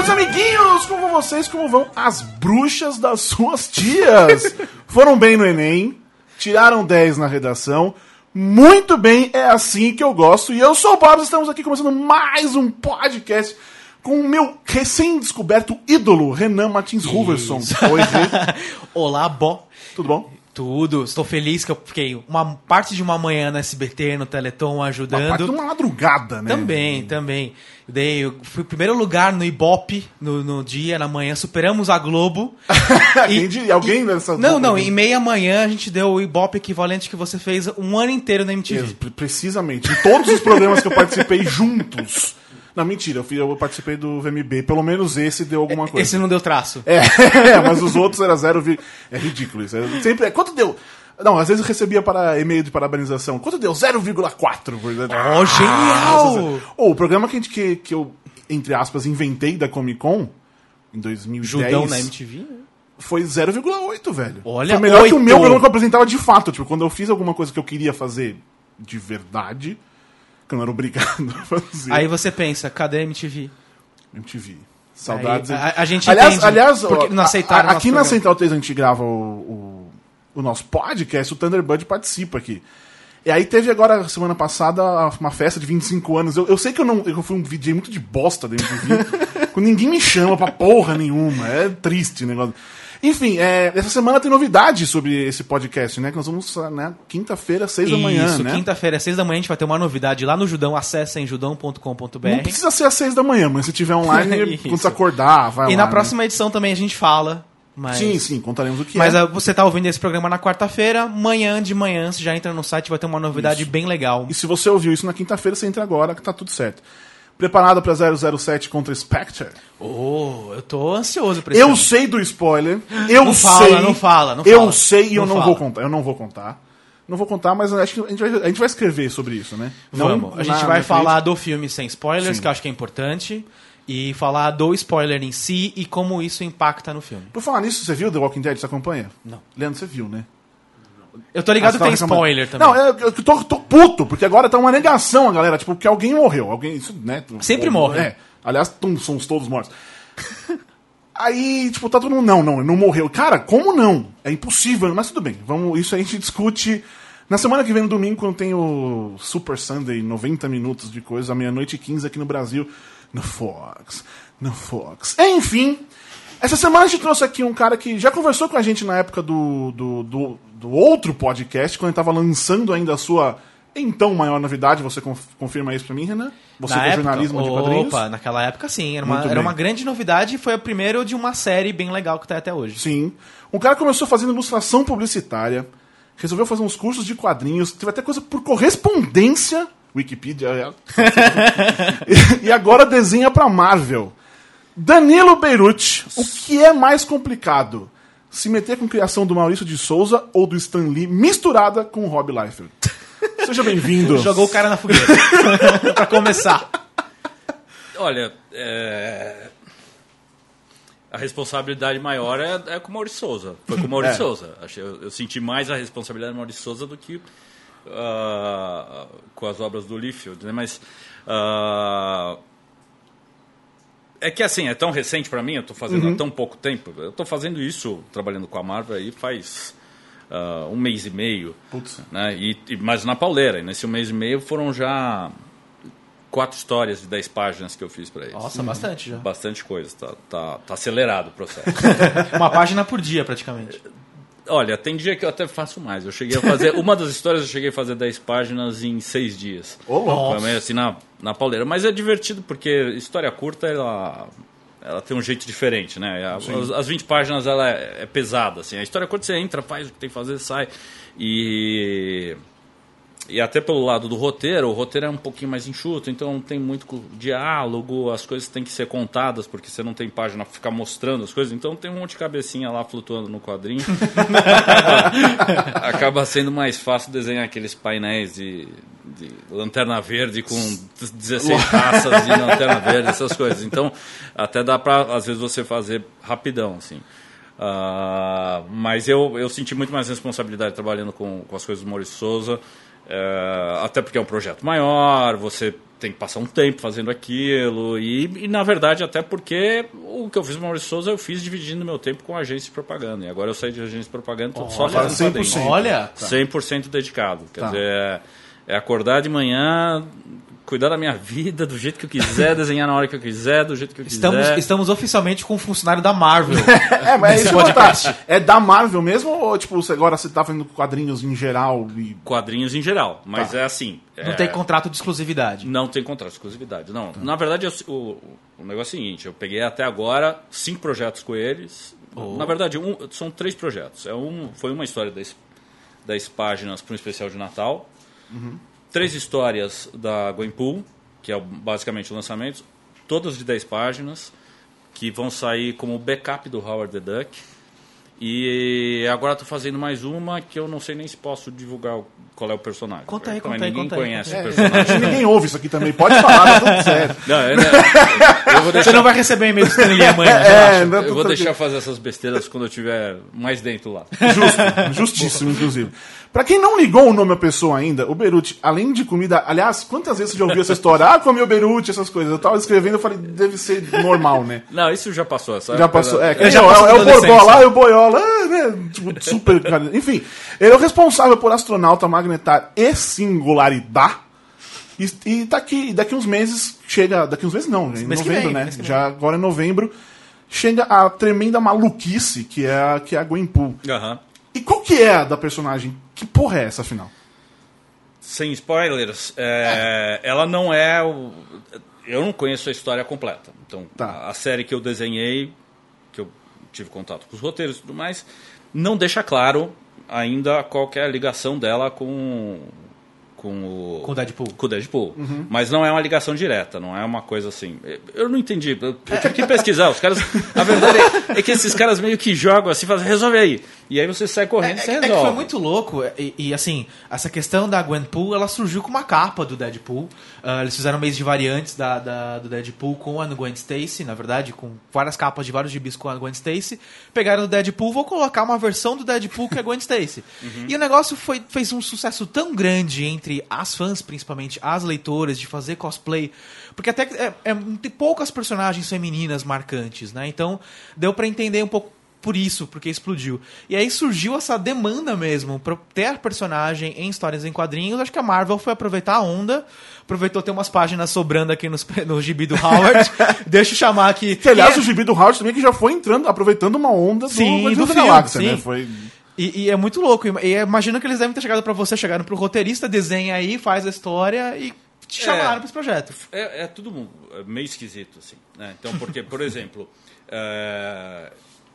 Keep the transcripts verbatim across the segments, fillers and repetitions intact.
meus amiguinhos, como vão vocês? Como vão as bruxas das suas tias? Foram bem no Enem, tiraram dez na redação. Muito bem, é assim que eu gosto. E eu sou o Bob, estamos aqui começando mais um podcast com o meu recém-descoberto ídolo, Renan Martins Ruverson. Oi, Rê. Olá, Bob. Tudo bom? Tudo. Estou feliz que eu fiquei uma parte de uma manhã no S B T, no Teleton, ajudando. Uma parte de uma madrugada, né? Também, também. Daí eu fui em primeiro lugar no Ibope no, no dia, na manhã. Superamos a Globo. e, alguém nessa... Não, não. Em meia manhã a gente deu o Ibope equivalente que você fez um ano inteiro na M T V. É, precisamente. Em todos os programas que eu participei juntos. Não, mentira, eu, fui, eu participei do V M B. Pelo menos esse deu alguma coisa. Esse não deu traço. É, mas os outros era zero. É ridículo isso. É sempre, é, quanto deu? Não, às vezes eu recebia para e-mail de parabenização. Quanto deu? zero vírgula quatro. Oh, genial! Oh, o programa que, a gente, que, que eu, entre aspas, inventei da Comic Con, em dois mil e dez... Judão na M T V? Foi zero vírgula oito, velho. Olha, foi melhor oito. que o meu programa que eu apresentava de fato. Tipo, quando eu fiz alguma coisa que eu queria fazer de verdade, que eu não era obrigado a fazer. Aí você pensa, cadê a M T V? M T V. Saudades. Aí, a, a gente aliás, entende, aliás, porque não aceitaram a, aqui na programa. Central três a gente grava o, o, o nosso podcast, o Thunderbird participa aqui. E aí teve agora, semana passada, uma festa de vinte e cinco anos. Eu, eu sei que eu não eu fui um V J muito de bosta da M T V, quando ninguém me chama pra porra nenhuma. É triste o negócio. Enfim, é, essa semana tem novidade sobre esse podcast, né? Que nós vamos, né, quinta-feira, seis da manhã, Isso, né? quinta-feira, seis da manhã, a gente vai ter uma novidade lá no Judão. Acessem judão ponto com ponto b r. Não precisa ser às seis da manhã, mas se tiver online, quando você acordar, vai e lá. na próxima né? edição também a gente fala. Mas... Sim, sim, contaremos o que mas é. Mas você tá ouvindo esse programa na quarta-feira, manhã de manhã, você já entra no site, vai ter uma novidade isso. bem legal. E se você ouviu isso na quinta-feira, você entra agora, que tá tudo certo. Preparado pra zero zero sete contra Spectre? Oh, eu tô ansioso pra isso. Eu sei do spoiler. Eu não sei. Fala, não fala, não eu fala. sei e eu não, não fala. vou contar. Eu não vou contar. Não vou contar, mas acho que a gente vai, a gente vai escrever sobre isso, né? Vamos. Não a gente na, vai na falar frente. do filme sem spoilers, Sim. que eu acho que é importante. E falar do spoiler em si e como isso impacta no filme. Por falar nisso, você viu The Walking Dead? Você acompanha? Não. Leandro, você viu, né? Eu tô ligado Ah, que tem reclamando. spoiler também. Não, eu, eu tô, tô puto, porque agora tá uma negação, a galera, tipo, que alguém morreu. Alguém, isso, né? Sempre ou, morre. É. Aliás, tum, somos todos mortos. Aí, tipo, tá todo mundo, não, não, não morreu. Cara, como não? É impossível, mas tudo bem. Vamos, isso a gente discute na semana que vem, no domingo, quando tem o Super Sunday, noventa minutos de coisa, à meia-noite e quinze aqui no Brasil, no Fox. No Fox. Enfim, essa semana a gente trouxe aqui um cara que já conversou com a gente na época do, do, do, do outro podcast, quando ele tava lançando ainda a sua então maior novidade. Você confirma isso pra mim, Renan? Você Na que é época, jornalismo de quadrinhos? Opa, naquela época sim, era uma, Muito era bem. uma grande novidade e foi a primeira de uma série bem legal que tá até hoje. Sim. Um cara começou fazendo ilustração publicitária, resolveu fazer uns cursos de quadrinhos, teve até coisa por correspondência, Wikipedia, é. e agora desenha pra Marvel. Danilo Beirute, o que é mais complicado? Se meter com a criação do Maurício de Souza ou do Stan Lee misturada com o Rob Liefeld? Seja bem-vindo. Jogou o cara na fogueira. Pra começar. Olha, é... a responsabilidade maior é, é com o Maurício Souza. Foi com o Maurício É. Souza. Achei, eu, eu senti mais a responsabilidade do Maurício Souza do que uh, com as obras do Liefeld, né? Mas uh, é que assim, é tão recente para mim, eu estou fazendo Uhum. há tão pouco tempo. Eu estou fazendo isso, trabalhando com a Marvel aí faz uh, um mês e meio. Putz. Né? E, e, mas na pauleira. E nesse um mês e meio foram já quatro histórias de dez páginas que eu fiz para eles. Nossa, bastante já. Bastante coisa. Tá, tá, tá acelerado o processo. Uma página por dia, praticamente. Olha, tem dia que eu até faço mais. Eu cheguei a fazer... Uma das histórias eu cheguei a fazer dez páginas em seis dias. Ô, louco. Foi meio assim na, na pauleira. Mas é divertido porque história curta, ela, ela tem um jeito diferente, né? As, as vinte páginas, ela é, é pesada, assim. A história curta, você entra, faz o que tem que fazer, sai. E... E até pelo lado do roteiro, o roteiro é um pouquinho mais enxuto, então não tem muito diálogo, as coisas têm que ser contadas, porque você não tem página para ficar mostrando as coisas, então tem um monte de cabecinha lá flutuando no quadrinho. acaba, acaba sendo mais fácil desenhar aqueles painéis de, de lanterna verde com dezesseis raças de lanterna verde, essas coisas. Então, até dá para, às vezes, você fazer rapidão, assim. Uh, mas eu, eu senti muito mais responsabilidade trabalhando com, com as coisas do Maurício Souza. Uh, até porque é um projeto maior, você tem que passar um tempo fazendo aquilo. E, e, na verdade, até porque o que eu fiz com o Maurício Souza, eu fiz dividindo meu tempo com a agência de propaganda. E agora eu saí de agência de propaganda, tô só fazendo cem por cento. quadrinho. Olha! cem por cento dedicado. Quer Tá. dizer, é, é acordar de manhã, cuidar da minha vida do jeito que eu quiser, desenhar na hora que eu quiser, do jeito que eu Estamos, quiser. estamos oficialmente com um funcionário da Marvel. É, mas é Nesse isso que eu vou podcast. botar. É da Marvel mesmo ou tipo, você, agora você tá fazendo quadrinhos em geral? E... Quadrinhos em geral, mas Tá. é assim. Não é, tem contrato de exclusividade. Não tem contrato de exclusividade. Não. Na verdade, eu- o, o negócio é o seguinte: eu peguei até agora cinco projetos com eles. Na verdade, um, são três projetos. É um, foi uma história das, dez páginas para um especial de Natal. Três histórias da Gwenpool, que é o- basicamente o lançamento. Todas de dez páginas, que vão sair como backup do Howard the Duck. E agora estou fazendo mais uma que eu não sei nem se posso divulgar o- qual é o personagem. Conta aí, Como conta aí, ninguém conta aí, conhece conta o aí. personagem. Acho que ninguém ouve isso aqui também. Pode falar, tá tudo certo. Não, eu, eu vou deixar Você não vai receber e-mail do Stanley amanhã, É, relaxa. não, Eu vou tudo deixar fazer essas besteiras quando eu estiver mais dentro lá. Justo, justíssimo, inclusive. Pra quem não ligou o nome à pessoa ainda, o Beruti, além de comida... Aliás, quantas vezes você já ouviu essa história? Ah, comi o Beruti, essas coisas. Eu tava escrevendo, eu falei, deve ser normal, né? Não, isso já passou. Essa Já época passou. da- É, que Ele é, já é, passou é o da adolescência. Borbola e o Boiola, é, né? Tipo, super... cara, enfim, ele é o responsável por astronauta, magnetar e singularidade. E, e daqui, daqui uns meses chega... Daqui uns meses não, em Mês que novembro, vem, né? mês que vem. Já agora em novembro, chega a tremenda maluquice que é a, que é a Gwenpool. Aham. E qual que é a da personagem? Que porra é essa, afinal? Sem spoilers, é, ela não é o... Eu não conheço a história completa. Então, Tá. a, a série que eu desenhei, que eu tive contato com os roteiros e tudo mais, não deixa claro ainda qual que é a ligação dela com... Com o, Com o Deadpool. Com o Deadpool. Mas não é uma ligação direta, não é uma coisa assim. Eu não entendi. Eu, eu tive que pesquisar. Os caras. A verdade é, é que esses caras meio que jogam assim, fazem, resolve aí. E aí você sai correndo e você É, é que resolve. foi muito louco, e, e, assim, essa questão da Gwenpool, ela surgiu com uma capa do Deadpool. Ah, eles fizeram um mês de variantes da, da- do Deadpool com a Gwen Stacy, na verdade, com várias capas de vários gibis com a Gwen Stacy. Pegaram o Deadpool, vou colocar uma versão do Deadpool que é a Gwen Stacy. E o negócio foi, fez um sucesso tão grande entre as fãs, principalmente as leitoras, de fazer cosplay, porque até que é, é, tem poucas personagens femininas marcantes, né? Então deu pra entender um pouco por isso, porque explodiu. E aí surgiu essa demanda mesmo pra ter a personagem em histórias em quadrinhos. Acho que a Marvel foi aproveitar a onda, aproveitou ter umas páginas sobrando aqui nos, no gibi do Howard. Deixa eu chamar aqui. Que, aliás, E é- o gibi do Howard também que já foi entrando, aproveitando uma onda do Sim, Guardiões do da filme, Galáxia, sim. né? Foi... E, e é muito louco. E, e imagino que eles devem ter chegado pra você, chegaram pro roteirista, desenha aí, faz a história e te chamaram É. pra esse projeto. É, é tudo mu- é meio esquisito, assim. Né? Então, porque, por exemplo, é,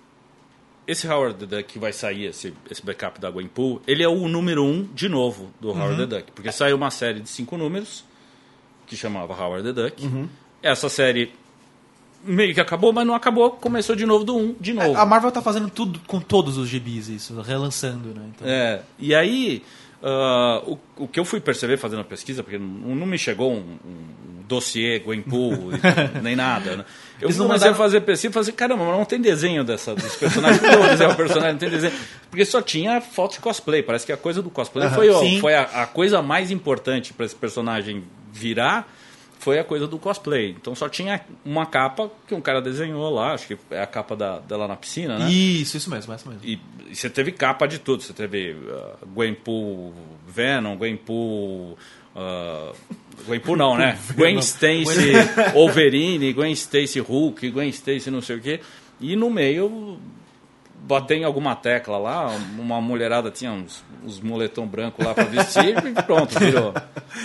esse Howard the Duck que vai sair, esse, esse backup da Gwenpool, ele é o número um, de novo, do Howard the Duck. Porque saiu uma série de cinco números, que chamava Howard the Duck. Essa série meio que acabou, mas não acabou, começou de novo do um, de novo. A Marvel tá fazendo tudo com todos os gibis, isso, relançando, né? Então, É, e aí, ah, o, o que eu fui perceber fazendo a pesquisa, porque não, não me chegou um, um dossiê Gwenpool, e nem nada, né? Eu Eles não comecei mandaram- a fazer pesquisa e falei assim, caramba, mas não tem desenho dessa, dos personagens. Como eu vou desenhar o personagem, não tem desenho. Porque só tinha foto de cosplay. Parece que a coisa do cosplay foi, ó, sim. foi a, a coisa mais importante para esse personagem virar, foi a coisa do cosplay. Então só tinha uma capa que um cara desenhou lá, acho que é a capa da, dela na piscina, né? Isso, isso mesmo, essa mesmo. E, e você teve capa de tudo. Você teve uh, Gwenpool Venom, Gwenpool... Uh, Gwenpool não, né? Gwen Stacy Wolverine, Gwen Stacy Hulk, Gwen Stacy não sei o quê. E no meio... Bater em alguma tecla lá, uma mulherada tinha uns, uns moletom branco lá pra vestir e pronto, virou.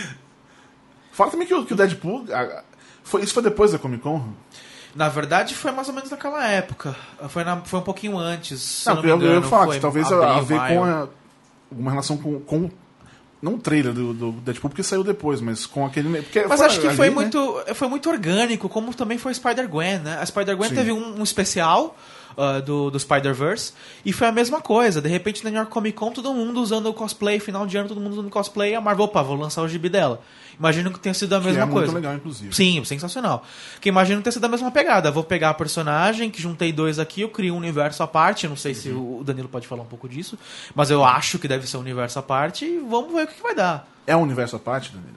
Fala também que o, que o Deadpool... a- foi, isso foi depois da Comic Con? Na verdade, foi mais ou menos naquela época. Foi, na- foi um pouquinho antes. Se Não, não porque me eu, eu engano, ia falar foi que talvez abril, a, a ver maio. com a, alguma relação com, com... Não o trailer do, do Deadpool, porque saiu depois, mas com aquele... Porque Mas acho que ali, foi né? muito, foi muito orgânico, como também foi Spider-Gwen, né? A Spider-Gwen Sim. teve um, um especial uh, do, do Spider-Verse e foi a mesma coisa. De repente, na New York Comic Con, todo mundo usando o cosplay, final de ano, todo mundo usando cosplay, a Marvel, opa, vou lançar o gibi dela. Imagino que tenha sido a Que mesma é coisa. muito legal, inclusive. Sim, sensacional. Que imagino que tenha sido a mesma pegada. Vou pegar a personagem, que juntei dois aqui, eu crio um universo à parte. Eu não sei se o Danilo pode falar um pouco disso, mas eu acho que deve ser um universo à parte e vamos ver o que, que vai dar. É um universo à parte, Danilo?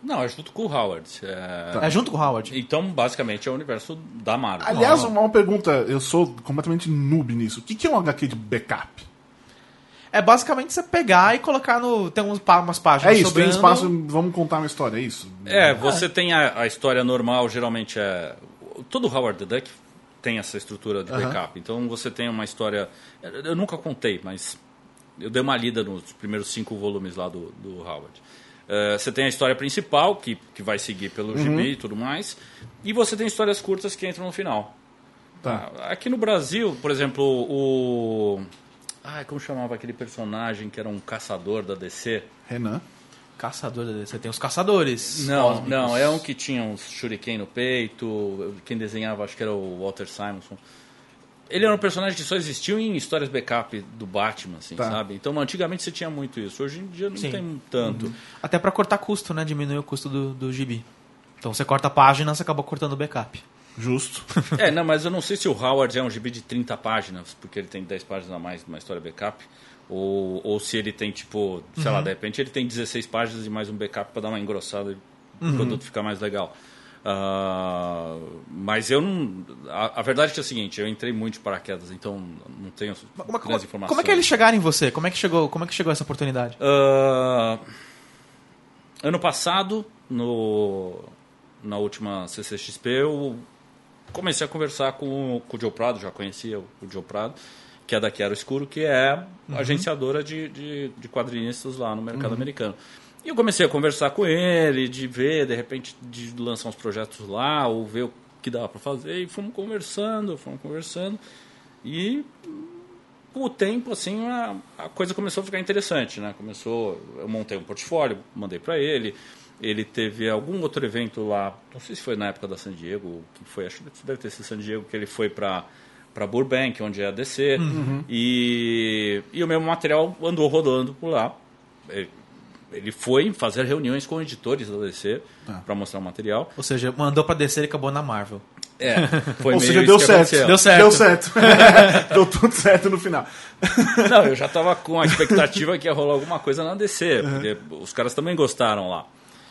Não, é junto com o Howard. É, É junto com o Howard. Então, basicamente, é o universo da Marvel. Aliás, uma, uma pergunta, eu sou completamente noob nisso. O que, que é um H Q de backup? É basicamente você pegar e colocar no... Tem uns, pá- umas páginas É isso, tem sobrando. espaço, vamos contar uma história, é isso? É, você tem a, a história normal, geralmente é... Todo Howard the Duck tem essa estrutura de backup. Então, você tem uma história... Eu nunca contei, mas eu dei uma lida nos primeiros cinco volumes lá do, do Howard. Uh, você tem a história principal, que, que vai seguir pelo gibi uhum. e tudo mais. E você tem histórias curtas que entram no final. Tá. Aqui no Brasil, por exemplo, o... Ai, como chamava aquele personagem que era um caçador da D C? Renan. Caçador da D C. Tem os caçadores. Não, cósmicos. não, é um que tinha uns shuriken no peito. Quem desenhava, acho que era o Walter Simonson. Ele era um personagem que só existiu em histórias backup do Batman, assim, tá. sabe? Então, antigamente você tinha muito isso. Hoje em dia não Sim. tem tanto. Uhum. Até pra cortar custo, né? Diminuir o custo do, do gibi. Então, você corta a página, você acaba cortando o backup. Justo. É, não, mas eu não sei se o Howard é um gibi de trinta páginas, porque ele tem dez páginas a mais de uma história backup. Ou, ou se ele tem, tipo, sei uhum. lá, de repente ele tem dezesseis páginas e mais um backup pra dar uma engrossada e uhum. o produto ficar mais legal. Uh, mas eu não... A, a verdade é que é o seguinte, eu entrei muito de paraquedas, então não tenho como, como, informações. Como é que eles chegaram em você? Como é que chegou, como é que chegou essa oportunidade? Uh, ano passado, no, na última C C X P, eu comecei a conversar com, com o Joe Prado, já conhecia o, o Joe Prado, que é da Chiaro Escuro, que é uhum. agenciadora de, de, de quadrinistas lá no mercado uhum. americano. E eu comecei a conversar com ele, de ver, de repente, de lançar uns projetos lá, ou ver o que dava para fazer. E fomos conversando, fomos conversando. E com o tempo, assim, a, a coisa começou a ficar interessante, né? Começou, eu montei um portfólio, mandei para ele. Ele teve algum outro evento lá, não sei se foi na época da San Diego, que foi, acho que deve ter sido San Diego, que ele foi para para Burbank, onde é a D C. Uhum. E, e o meu material andou rodando por lá. Ele, Ele foi fazer reuniões com editores da D C ah. para mostrar o material. Ou seja, mandou para D C e acabou na Marvel. É, foi Ou meio seja, deu certo. deu certo. Deu certo. Deu tudo certo no final. Não, eu já estava com a expectativa que ia rolar alguma coisa na D C, uhum. porque os caras também gostaram lá.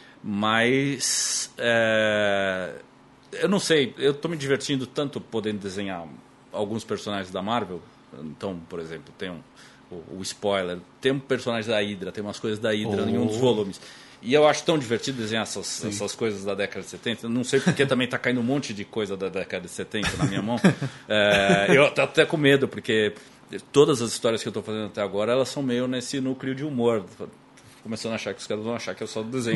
Mas, é, eu não sei, eu estou me divertindo tanto podendo desenhar alguns personagens da Marvel. Então, por exemplo, tem um o spoiler, tem um personagem da Hydra, tem umas coisas da Hydra oh. em um dos volumes. E eu acho tão divertido desenhar essas, essas coisas da década de setenta. Não sei porque também está caindo um monte de coisa da década de setenta na minha mão. É, eu estou até com medo, porque todas as histórias que eu estou fazendo até agora, elas são meio nesse núcleo de humor. Começando a achar que os caras vão achar que eu só desenho.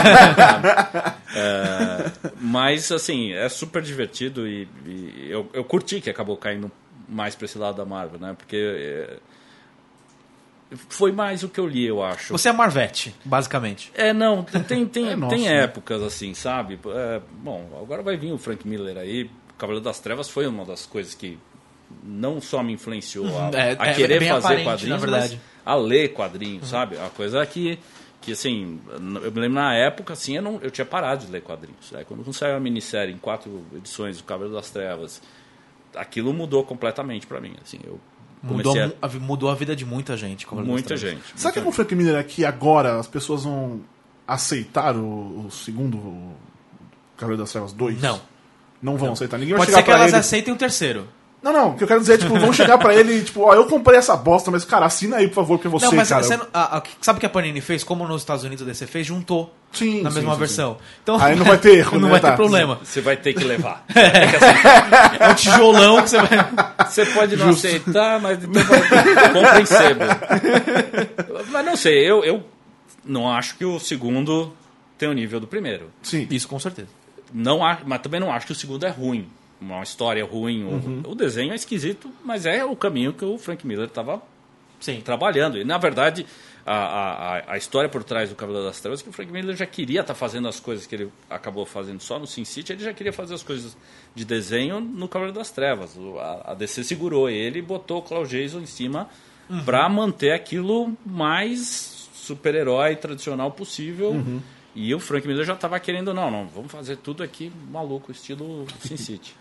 é, mas, assim, é super divertido e, e eu, eu curti que acabou caindo mais para esse lado da Marvel, né? Porque... É, foi mais o que eu li, eu acho. Você é Marvete, basicamente. É, não, tem, tem, é tem épocas assim, sabe? É, bom, agora vai vir o Frank Miller aí. Cavaleiro das Trevas foi uma das coisas que não só me influenciou a, é, a querer é fazer aparente, quadrinhos, na verdade. Mas a ler quadrinhos, uhum. sabe? A coisa que, que, assim, eu me lembro na época, assim, eu, não, eu tinha parado de ler quadrinhos. Aí, quando saiu a minissérie em quatro edições do Cavaleiro das Trevas, aquilo mudou completamente pra mim, assim, eu Mudou a... mudou a vida de muita gente. Muita gente. Será que com o Frank Miller aqui agora as pessoas vão aceitar o, o segundo o Cavaleiro das Trevas dois? Não. Não vão não. aceitar. Ninguém Pode vai chegar ser que elas ele... aceitem o terceiro. Não, não. O que eu quero dizer é, tipo, vão chegar pra ele e, tipo, ó, eu comprei essa bosta, mas, cara, assina aí, por favor, porque você, não, mas cara... Você, a, a, sabe o que a Panini fez? Como nos Estados Unidos a D C fez? Juntou sim, na sim, mesma sim, versão. Sim. Então, aí não vai ter erro, não né? vai tá. ter problema. Você vai ter que levar. É, é um tijolão que você vai... Você pode não Justo. aceitar, mas então compra em sebo. Mas não sei, eu, eu não acho que o segundo tem o nível do primeiro. Sim. Isso com certeza. Não, mas também não acho que o segundo é ruim. Uma história ruim. Uhum. O, o desenho é esquisito, mas é o caminho que o Frank Miller estava trabalhando. E, na verdade, a, a, a história por trás do Cavaleiro das Trevas é que o Frank Miller já queria estar tá fazendo as coisas que ele acabou fazendo só no Sin City. Ele já queria fazer as coisas de desenho no Cavaleiro das Trevas. A, a D C segurou ele e botou o Claude Jason em cima uhum. para manter aquilo mais super-herói tradicional possível. Uhum. E o Frank Miller já estava querendo, não, não, vamos fazer tudo aqui maluco, estilo Sin City.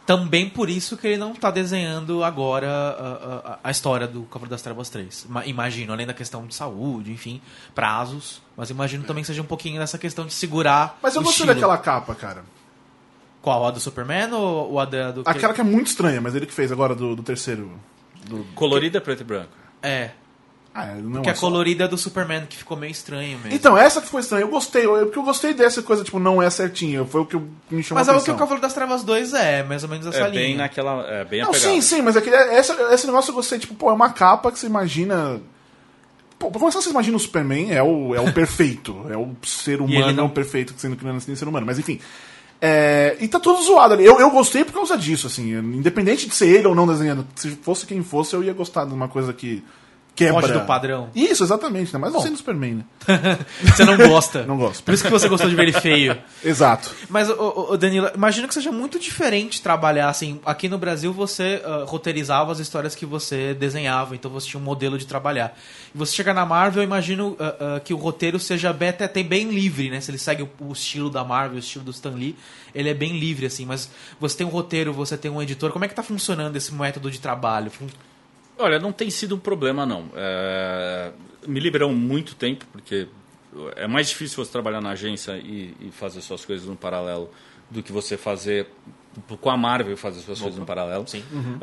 também por isso que ele não tá desenhando agora a, a, a história do Cavaleiro das Trevas três. Ma- Imagino, além da questão de saúde, enfim, prazos. Mas imagino também que seja um pouquinho nessa questão de segurar Mas eu o gostei estilo. daquela capa, cara. Qual? A do Superman ou, ou a da, do... Aquela que é muito estranha, mas ele que fez agora do, do terceiro. Do... Colorida, preto e branco. É, Ah, não que é a só- colorida do Superman, que ficou meio estranho mesmo. Então, essa que foi estranha. Eu gostei, eu, porque eu gostei dessa coisa, tipo, não é certinho. Foi o que eu- me chamou Mas a é o que atenção. o Cavaleiro das Trevas dois é, mais ou menos essa É linha. bem naquela. É bem Não, apegado. sim, sim, mas é que essa, esse negócio eu gostei, tipo, pô, é uma capa que você imagina. Pô, pra começar, você imagina o Superman, é o, é o perfeito. É o ser ele humano não- perfeito, sendo que não é nem ser humano. Mas enfim. É, e tá tudo zoado ali. Eu, eu gostei por causa disso, assim. Independente de ser ele ou não desenhando. Se fosse quem fosse, eu ia gostar de uma coisa que quebra. Foge do padrão. Isso, exatamente. Né? Mas não sendo o Superman, né? Você não gosta. Não gosto. Por isso que você gostou de ver ele feio. Exato. Mas, ô, ô, Danilo, imagino que seja muito diferente trabalhar assim. Aqui no Brasil você ah, roteirizava as histórias que você desenhava, então você tinha um modelo de trabalhar. E você chegar na Marvel, eu imagino ah, ah, que o roteiro seja bem, até, até bem livre, né? Se ele segue o, o estilo da Marvel, o estilo do Stan Lee, ele é bem livre, assim. Mas você tem um roteiro, você tem um editor. Como é que tá funcionando esse método de trabalho? Fun- Olha, não tem sido um problema, não. É, me liberou muito tempo, porque é mais difícil você trabalhar na agência e, e fazer suas coisas no paralelo do que você fazer com a Marvel e fazer suas coisas no paralelo. Sim.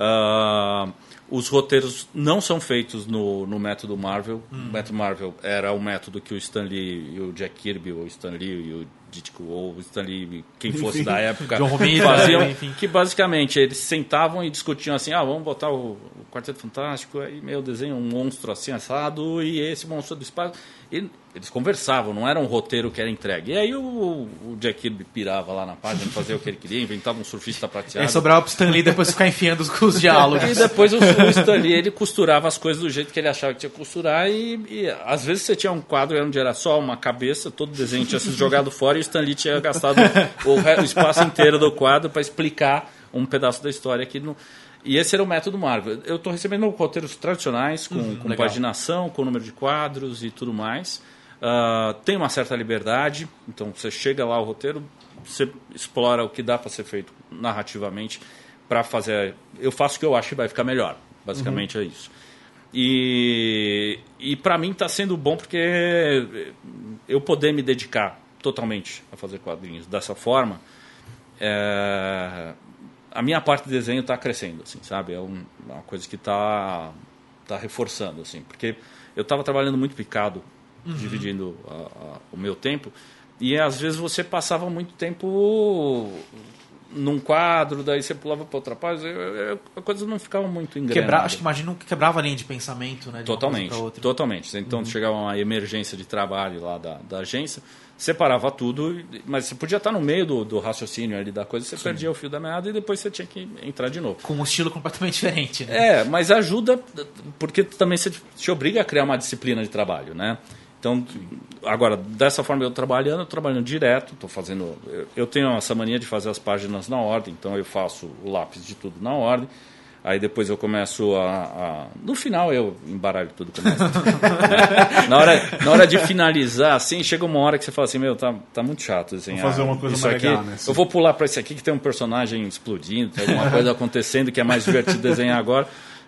Ah, os roteiros não são feitos no, no método Marvel. Hum. O método Marvel era o método que o Stan Lee e o Jack Kirby, ou o Stan Lee e o Ditko, ou o Stan Lee, quem fosse Enfim. da época, John Romita, faziam. enfim. Que basicamente eles sentavam e discutiam assim: ah, vamos botar o, o Quarteto Fantástico, aí meu desenho um monstro assim assado e esse monstro do espaço. E eles conversavam, não era um roteiro que era entregue. E aí o, o Jack Kirby pirava lá na página, fazia o que ele queria, inventava um surfista prateado. Aí sobrava pro Stan Lee depois ficar enfiando os, os diálogos. E depois o, o Stan Lee, ele costurava as coisas do jeito que ele achava que tinha que costurar e, e às vezes você tinha um quadro onde era só uma cabeça, todo o desenho tinha sido jogado fora e o Stan Lee tinha gastado o, re- o espaço inteiro do quadro para explicar um pedaço da história que não... E esse era o método Marvel. Eu estou recebendo roteiros tradicionais, com, Uhum, com legal. paginação, com número de quadros e tudo mais. Ah, tem uma certa liberdade, então você chega lá o roteiro, você explora o que dá para ser feito narrativamente para fazer. Eu faço o que eu acho que vai ficar melhor, basicamente é isso. E, e para mim está sendo bom porque eu poder me dedicar totalmente a fazer quadrinhos dessa forma, é, a minha parte de desenho está crescendo, assim, sabe? É um, uma coisa que está tá reforçando, assim, porque eu estava trabalhando muito picado, uhum. dividindo a, a, o meu tempo, e às vezes você passava muito tempo num quadro, daí você pulava para outra página, eu, eu, a coisa não ficava muito engrenada. Quebra, acho que imagino que quebrava a linha de pensamento, né? De uma Totalmente, coisa pra outra. totalmente. Então uhum. chegava uma emergência de trabalho lá da, da agência, separava tudo, mas você podia estar no meio do, do raciocínio ali da coisa, você Sim. perdia o fio da meada e depois você tinha que entrar de novo. Com um estilo completamente diferente, né? É, mas ajuda, porque também você te obriga a criar uma disciplina de trabalho, né? Então, agora, dessa forma eu trabalhando, eu trabalhando direto, estou fazendo... Eu, eu tenho essa mania de fazer as páginas na ordem, então eu faço o lápis de tudo na ordem, aí depois eu começo a... a no final eu embaralho tudo com o na, hora, na hora de finalizar, assim, chega uma hora que você fala assim, meu, tá, tá muito chato desenhar. Vou fazer uma coisa isso mais aqui, legal, né? Eu vou pular para esse aqui que tem um personagem explodindo, tem alguma coisa acontecendo que é mais divertido desenhar agora.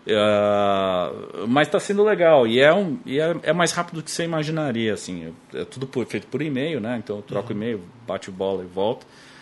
Uh, mas está sendo legal e, é, um, e é, é mais rápido do que você imaginaria, assim, é tudo por, feito por e-mail, né? Então eu troco uhum. e-mail, bate bola e volta.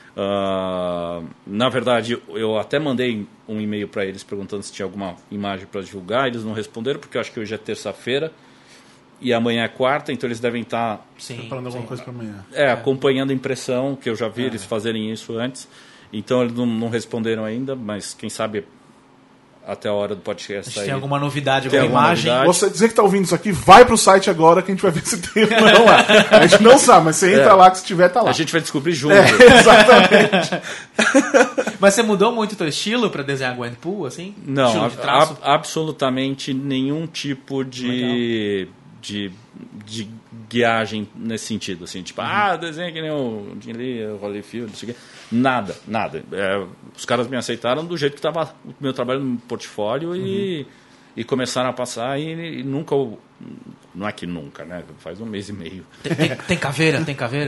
Uh, na verdade, eu até mandei um e-mail para eles perguntando se tinha alguma imagem para divulgar, eles não responderam porque eu acho que hoje é terça-feira e amanhã é quarta, então eles devem estar tá, preparando alguma coisa para amanhã. É, acompanhando a impressão, que eu já vi é. eles fazerem isso antes, então eles não, não responderam ainda, mas quem sabe até a hora do podcast sair. Tem alguma novidade, tem alguma imagem? Novidade. Você dizer que está ouvindo isso aqui, vai pro site agora que a gente vai ver se tem ou não lá. A gente não sabe, mas você entra é. lá que se tiver, tá lá. A gente vai descobrir junto. É, exatamente. Mas você mudou muito o teu estilo para desenhar Gwenpool, assim? Não, estilo de traço? A, absolutamente nenhum tipo de, de, de guiagem nesse sentido. Assim, tipo, uhum. ah, desenha que nem o Jim Lee, o Holyfield, não sei o quê. Nada, nada. É, os caras me aceitaram do jeito que estava o meu trabalho no portfólio uhum. e, e começaram a passar e, e nunca... Não é que nunca, né? Faz um mês e meio. Tem, tem, tem caveira? Tem caveira?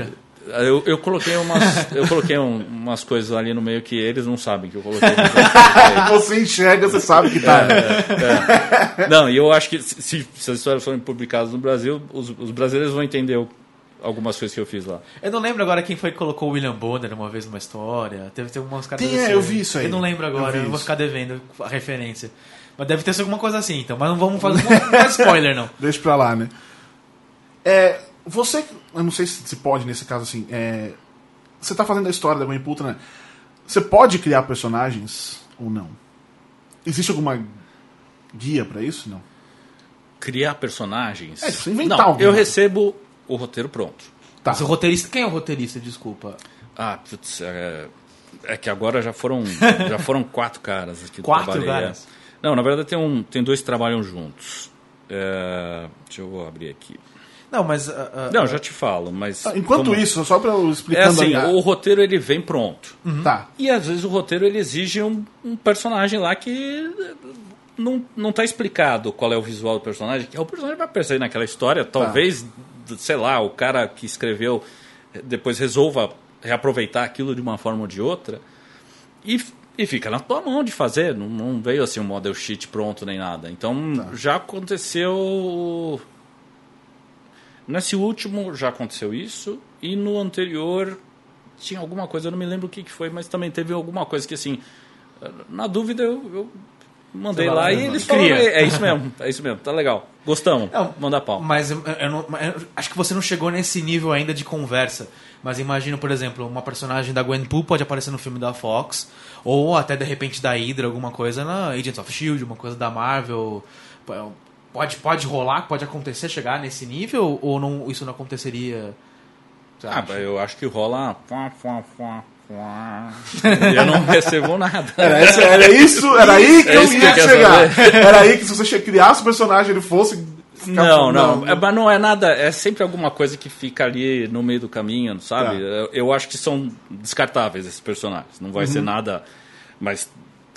Eu, eu coloquei, umas, eu coloquei um, umas coisas ali no meio que eles não sabem que eu coloquei. Você enxerga, você sabe que tá. É, é. Não, e eu acho que se, se as histórias forem publicadas no Brasil, os, os brasileiros vão entender o, algumas coisas que eu fiz lá. Eu não lembro agora quem foi que colocou o William Bonner uma vez numa história. Teve, teve umas caras Tem, é, eu vi isso aí. Eu não lembro agora, eu, eu, eu vou isso. ficar devendo a referência. Mas deve ter sido alguma coisa assim, então. Mas não vamos fazer não faz spoiler, não. Deixa pra lá, né? É, você, eu não sei se, se pode nesse caso assim, é, você tá fazendo a história da Gwenpool, né? Você pode criar personagens ou não? Existe alguma guia pra isso? Não. Criar personagens? É, você inventar não, alguém. eu recebo o roteiro pronto. Tá. Mas o roteirista, quem é o roteirista, desculpa? Ah, putz, é, é que agora já foram, já foram quatro caras aqui. Quatro trabalhei, caras? É. Não, na verdade tem, um, tem dois que trabalham juntos. É, deixa eu abrir aqui. Não, mas... Uh, uh, Não, já te falo, mas... Tá, enquanto como... isso, só pra eu É explicando... assim, a... o roteiro ele vem pronto. Uhum. Tá. E às vezes o roteiro ele exige um, um personagem lá que não, não tá explicado qual é o visual do personagem. Que o personagem vai aparecer naquela história. Talvez, tá. sei lá, o cara que escreveu depois resolva reaproveitar aquilo de uma forma ou de outra. E, e fica na tua mão de fazer. Não, não veio assim um model sheet pronto nem nada. Então tá. já aconteceu... Nesse último já aconteceu isso, e no anterior tinha alguma coisa, eu não me lembro o que, que foi, mas também teve alguma coisa que, assim, na dúvida eu, eu mandei lá, lá e eles falaram, é, é isso mesmo, é isso mesmo, tá legal, gostamos, não, manda pau. Mas eu, eu não, eu acho que você não chegou nesse nível ainda de conversa, mas imagina, por exemplo, uma personagem da Gwenpool pode aparecer no filme da Fox, ou até de repente da Hydra, alguma coisa na Agents of Shield, uma coisa da Marvel... Pode, pode rolar, pode acontecer, chegar nesse nível, ou não, isso não aconteceria? Ah, eu acho que rola... Eu não recebo nada. Era, essa, era isso, era aí que é eu ia que chegar. Saber. Era aí que se você criasse o personagem, ele fosse... Não, não, não. É, mas não é nada, é sempre alguma coisa que fica ali no meio do caminho, sabe? Tá. Eu, eu acho que são descartáveis esses personagens, não vai uhum. ser nada... Mas...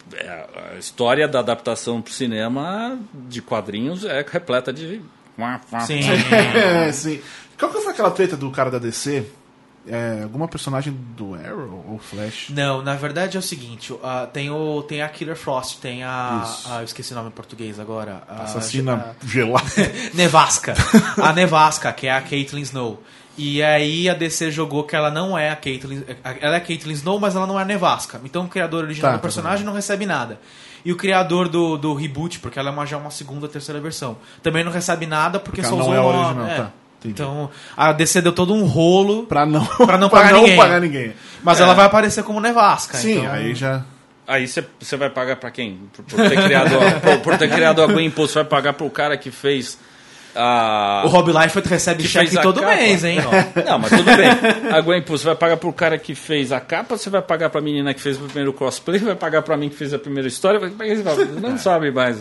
a história da adaptação para o cinema de quadrinhos é repleta de... Sim. é, sim. Qual que foi aquela treta do cara da D C? É, alguma personagem do Arrow ou Flash? Não, na verdade é o seguinte, uh, tem, o, tem a Killer Frost, tem a... a eu esqueci o nome em português agora. A, Assassina a, gelada. Nevasca. A Nevasca, que é a Caitlin Snow. E aí a D C jogou que ela não é a Caitlin... Ela é a Caitlin Snow, mas ela não é a Nevasca. Então o criador original tá, do personagem tá não recebe nada. E o criador do, do reboot, porque ela é uma, já uma segunda, terceira versão, também não recebe nada porque, porque só usou não é uma... original, é. Tá. Então a D C deu todo um rolo pra não, pra não, pra pagar, não ninguém. pagar ninguém. Mas é. ela vai aparecer como Nevasca. Sim, então... aí já... Aí você vai pagar pra quem? Por, por, ter, criado a, por, por ter criado a Gwenpool, você vai pagar pro cara que fez... A... O Rob Liefeld recebe cheque todo capa. mês, hein? Não, mas tudo bem. A Gwenpool, você vai pagar pro cara que fez a capa, você vai pagar pra menina que fez o primeiro cosplay, vai pagar pra mim que fez a primeira história, vai pagar... Você não sabe mais.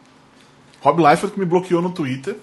Rob Liefeld que me bloqueou no Twitter.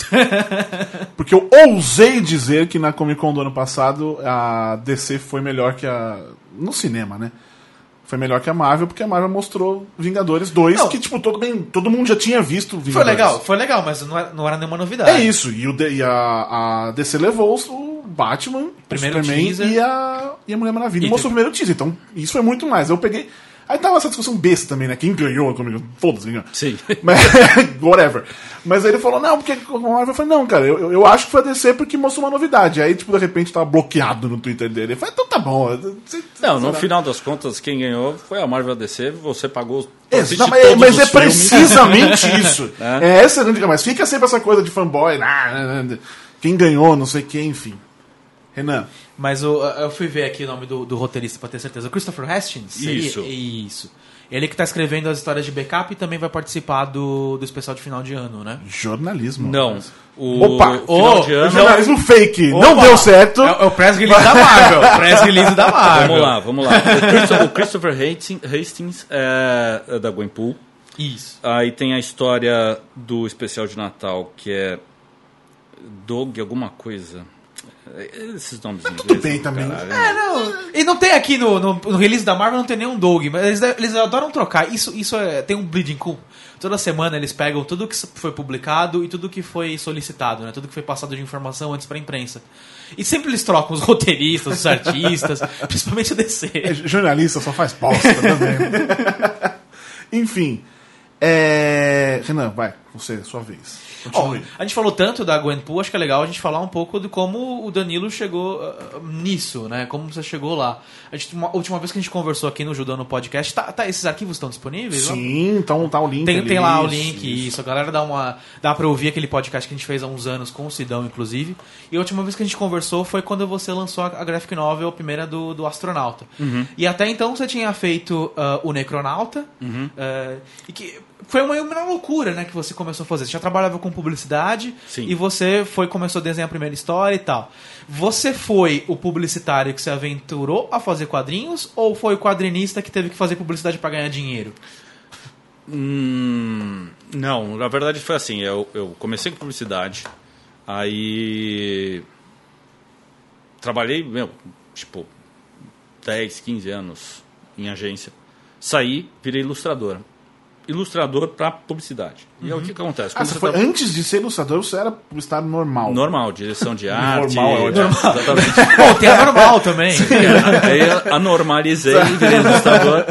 Porque eu ousei dizer que na Comic Con do ano passado a D C foi melhor que a... no cinema, né? Foi melhor que a Marvel, porque a Marvel mostrou Vingadores dois, não. que tipo, todo, bem, todo mundo já tinha visto Vingadores. Foi legal, foi legal, mas não era, não era nenhuma novidade. É isso, e, o, e a, a D C levou o Batman, primeiro o Superman teaser. E, a, e a Mulher Maravilha. E, e mostrou o primeiro teaser, então isso foi muito mais. Eu peguei... Aí tava essa discussão besta também, né? Quem ganhou comigo? Foda-se, ganhou. Sim. Mas, whatever. Mas aí ele falou, não, porque a Marvel falou, não, cara, eu, eu acho que foi a D C porque mostrou uma novidade. Aí, tipo, de repente tava bloqueado no Twitter dele. Eu falei, então tá bom. Você, não, no final das contas, quem ganhou foi a Marvel D C, você pagou... Esse, não, mas mas é precisamente isso. É, é essa a grande coisa. Mas fica sempre essa coisa de fanboy, quem ganhou, não sei quem, enfim. Renan. Mas o, eu fui ver aqui o nome do, do roteirista pra ter certeza. O Christopher Hastings? Isso. Ele, isso. Ele que tá escrevendo as histórias de backup e também vai participar do, do especial de final de ano, né? Jornalismo. Não. O Opa! final oh, de ano... Jornalismo fake. Opa. Não deu certo. É, é o press release da Marvel. Press release da Marvel. Vamos lá, vamos lá. O Christopher, o Christopher Hastings é, é da Gwenpool. Isso. Aí tem a história do especial de Natal, que é Dog alguma coisa... Esses nomes em inglês. Tudo bem também. Caralho, É, não. E não tem aqui no, no, no release da Marvel, não tem nenhum Doug, mas eles, eles adoram trocar. Isso, isso é, tem um bleeding cool. Toda semana eles pegam tudo que foi publicado e tudo que foi solicitado, né? Tudo que foi passado de informação antes pra imprensa. E sempre eles trocam os roteiristas, os artistas, principalmente o D C. É, jornalista só faz bosta também. Enfim. É... Renan, vai, você, sua vez. Ó, a gente falou tanto da Gwenpool, acho que é legal a gente falar um pouco de como o Danilo chegou uh, nisso, né? Como você chegou lá. A, gente, uma, a última vez que a gente conversou aqui no Judão no podcast, tá, tá, esses arquivos estão disponíveis? Sim, então tá o link. Tem, ali, tem lá o isso, link, isso. isso. A galera dá uma. Dá pra ouvir aquele podcast que a gente fez há uns anos com o Sidão, inclusive. E a última vez que a gente conversou foi quando você lançou a, a graphic novel, a primeira do, do Astronauta. Uhum. E até então você tinha feito uh, o Necronauta. Uhum. Uh, e que foi uma, uma loucura, né, que você começou a fazer. Você já trabalhava com publicidade. Sim. E você foi, começou a desenhar a primeira história e tal. Você foi o publicitário que se aventurou a fazer quadrinhos ou foi o quadrinista que teve que fazer publicidade para ganhar dinheiro? Hum, não, na verdade foi assim, eu, eu comecei com publicidade, aí trabalhei, meu, tipo, dez, quinze anos em agência, saí, virei ilustrador. Ilustrador para publicidade. E Uhum. é o que, que acontece? Ah, Quando você você foi, tá- antes de ser ilustrador, você era publicitário normal. Normal, direção de arte. Normal é ótimo. Exatamente. Bom, tem a normal também. Aí anormalizei e virei ilustrador.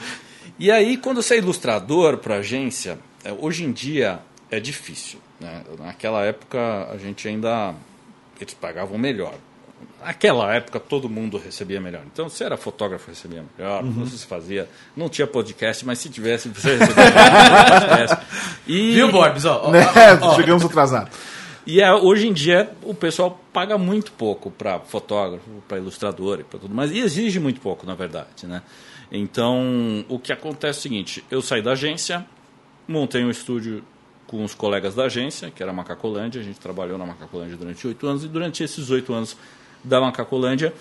E aí, quando você é ilustrador para agência, é, hoje em dia é difícil. Né? Naquela época, a gente ainda... Eles pagavam melhor. Naquela época, todo mundo recebia melhor. Então, se era fotógrafo, recebia melhor. Uhum. Não se fazia... Não tinha podcast, mas se tivesse, você recebia podcast. E... Viu, Borbs? Ó, ó, Né? ó, ó. Chegamos atrasados. E é, hoje em dia o pessoal paga muito pouco para fotógrafo, para ilustrador e para tudo mais. E exige muito pouco, na verdade. Né? Então, o que acontece é o seguinte. Eu saí da agência, montei um estúdio com os colegas da agência, que era a Macacolândia. A gente trabalhou na Macacolândia durante oito anos. E durante esses oito anos da Macacolândia,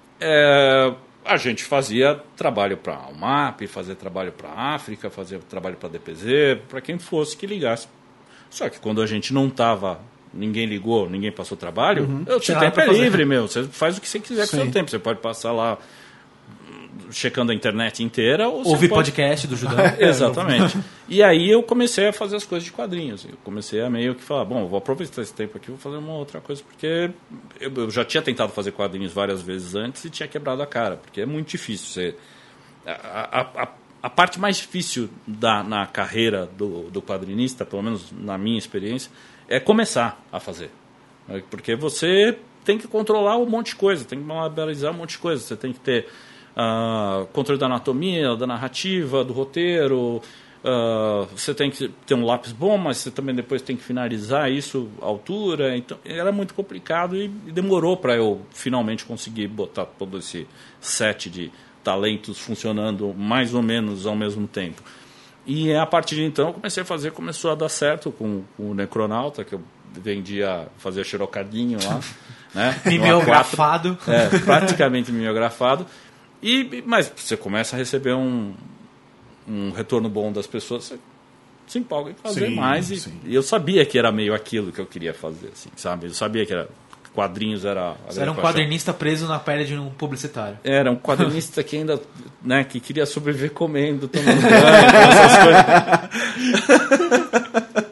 é, a gente fazia trabalho para a U M A P, fazia trabalho para a África, fazia trabalho para a D P Z, para quem fosse que ligasse. Só que quando a gente não estava, ninguém ligou, ninguém passou trabalho, uhum. o seu tempo é livre, meu. Você faz o que você quiser com o seu tempo. Você pode passar lá checando a internet inteira. Ou ouvir pode... podcast do Judão. Exatamente. E aí eu comecei a fazer as coisas de quadrinhos. Eu comecei a meio que falar, bom, eu vou aproveitar esse tempo aqui e vou fazer uma outra coisa, porque eu, eu já tinha tentado fazer quadrinhos várias vezes antes e tinha quebrado a cara, porque é muito difícil. Você, a, a, a, a parte mais difícil da, na carreira do, do quadrinista, pelo menos na minha experiência, é começar a fazer. Porque você tem que controlar um monte de coisa, tem que malabarizar um monte de coisa. Você tem que ter Uh, controle da anatomia, da narrativa, do roteiro. Uh, você tem que ter um lápis bom, mas você também depois tem que finalizar isso à altura. Então, era muito complicado e demorou para eu finalmente conseguir botar todo esse set de talentos funcionando mais ou menos ao mesmo tempo. E a partir de então eu comecei a fazer, começou a dar certo com, com o Necronauta, que eu vendia, fazia xerocadinho lá. Né? Mimeografado. É, praticamente mimeografado. E, mas você começa a receber um, um retorno bom das pessoas, você se empolga em fazer sim, mais. E, e eu sabia que era meio aquilo que eu queria fazer, assim, sabe? Eu sabia que era, quadrinhos era... A você era um quadrinista preso na pele de um publicitário. Era um quadrinista que ainda, né, que queria sobreviver comendo, tomando banho, essas coisas.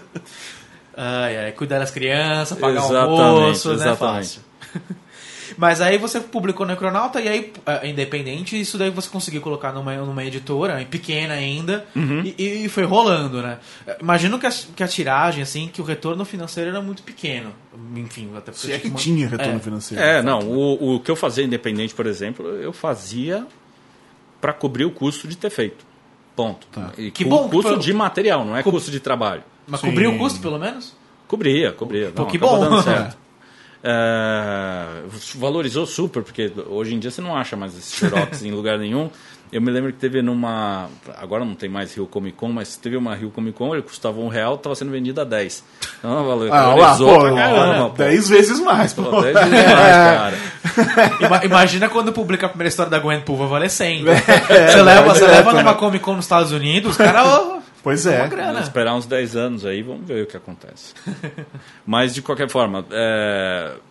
Ai, ai, cuidar das crianças, pagar exatamente, o almoço, exatamente. Não é fácil. Mas aí você publicou Necronauta e aí, é, independente, isso daí você conseguiu colocar numa, numa editora, pequena ainda, uhum. e, e foi rolando, né? Imagino que a, que a tiragem, assim, que o retorno financeiro era muito pequeno. Enfim, até porque... Se é que uma... tinha retorno é. financeiro. É, não, o, o que eu fazia independente, por exemplo, eu fazia para cobrir o custo de ter feito. Ponto. Tá. E que cu, bom. Custo foi... de material, não é Co... custo de trabalho. Mas Sim. cobriu o custo, pelo menos? Cobria, cobria. Pô, não, que acabou bom. Dando certo. É, valorizou super, porque hoje em dia você não acha mais esses xerox em lugar nenhum. Eu me lembro que teve numa... Agora não tem mais Rio Comic Con, mas teve uma Rio Comic Con, ele custava um real, estava sendo vendido a dez. Então, valor, ah, valorizou lá, pô, pra caramba. Pô. Dez vezes mais. Pô. Pô, dez vezes mais, cara. Imagina quando publica a primeira história da Gwenpool, vai valer cem. É, você leva, você leva numa Comic Con nos Estados Unidos, os caras... Pois é. Vamos esperar uns dez anos aí, vamos ver o que acontece. Mas, de qualquer forma, é...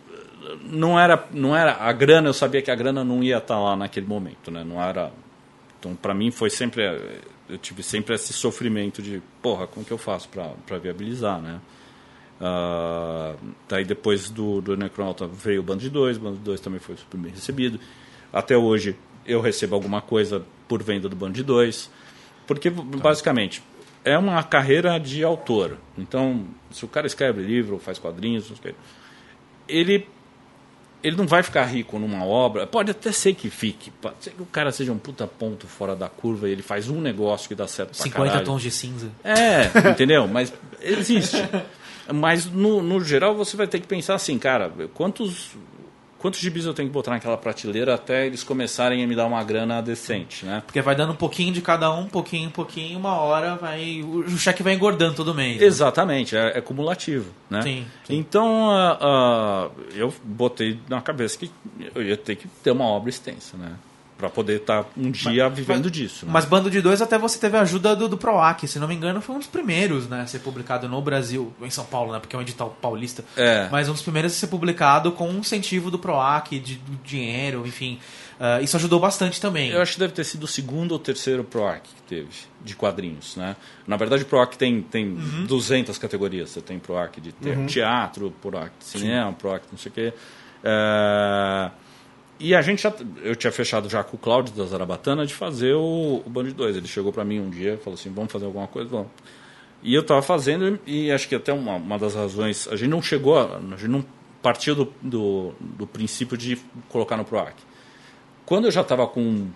não era, não era a grana, eu sabia que a grana não ia estar lá naquele momento, né? Não era. Então, para mim foi sempre, eu tive sempre esse sofrimento de, porra, como que eu faço para viabilizar, né? Uh, daí depois do, do Necronauta veio o Bando de Dois, o Bando de Dois também foi super bem recebido. Até hoje eu recebo alguma coisa por venda do Bando de Dois, porque basicamente é uma carreira de autor. Então, se o cara escreve livro, faz quadrinhos, ele, ele não vai ficar rico numa obra. Pode até ser que fique, pode ser que o cara seja um puta ponto fora da curva e ele faz um negócio que dá certo pra caralho. cinquenta tons de cinza. É, entendeu? Mas existe. Mas, no, no geral, você vai ter que pensar assim, cara, quantos, quantos gibis eu tenho que botar naquela prateleira até eles começarem a me dar uma grana decente, né? Porque vai dando um pouquinho de cada um, um pouquinho, um pouquinho, uma hora vai o cheque vai engordando todo mês. Né? Exatamente, é, é cumulativo, né? Sim, sim. Então, uh, uh, eu botei na cabeça que eu ia ter que ter uma obra extensa, né? Para poder estar um dia mas, vivendo mas, disso. Né? Mas Bando de Dois até você teve a ajuda do, do PROAC, se não me engano foi um dos primeiros, né, a ser publicado no Brasil, em São Paulo, né, porque é um edital paulista, é. Mas um dos primeiros a ser publicado com um incentivo do PROAC, de, do dinheiro, enfim, uh, isso ajudou bastante também. Eu acho que deve ter sido o segundo ou terceiro PROAC que teve, de quadrinhos, né? Na verdade o PROAC tem, tem uhum. duzentas categorias, você tem PROAC de uhum. teatro, PROAC de cinema, Sim. PROAC de não sei o quê... É... E a gente já, eu tinha fechado já com o Cláudio da Zarabatana de fazer o, o Bando de Dois. Ele chegou para mim um dia e falou assim, vamos fazer alguma coisa? Vamos. E eu estava fazendo e acho que até uma, uma das razões... A gente não chegou, a, a gente não partiu do, do, do princípio de colocar no PROAC. Quando eu já estava com um,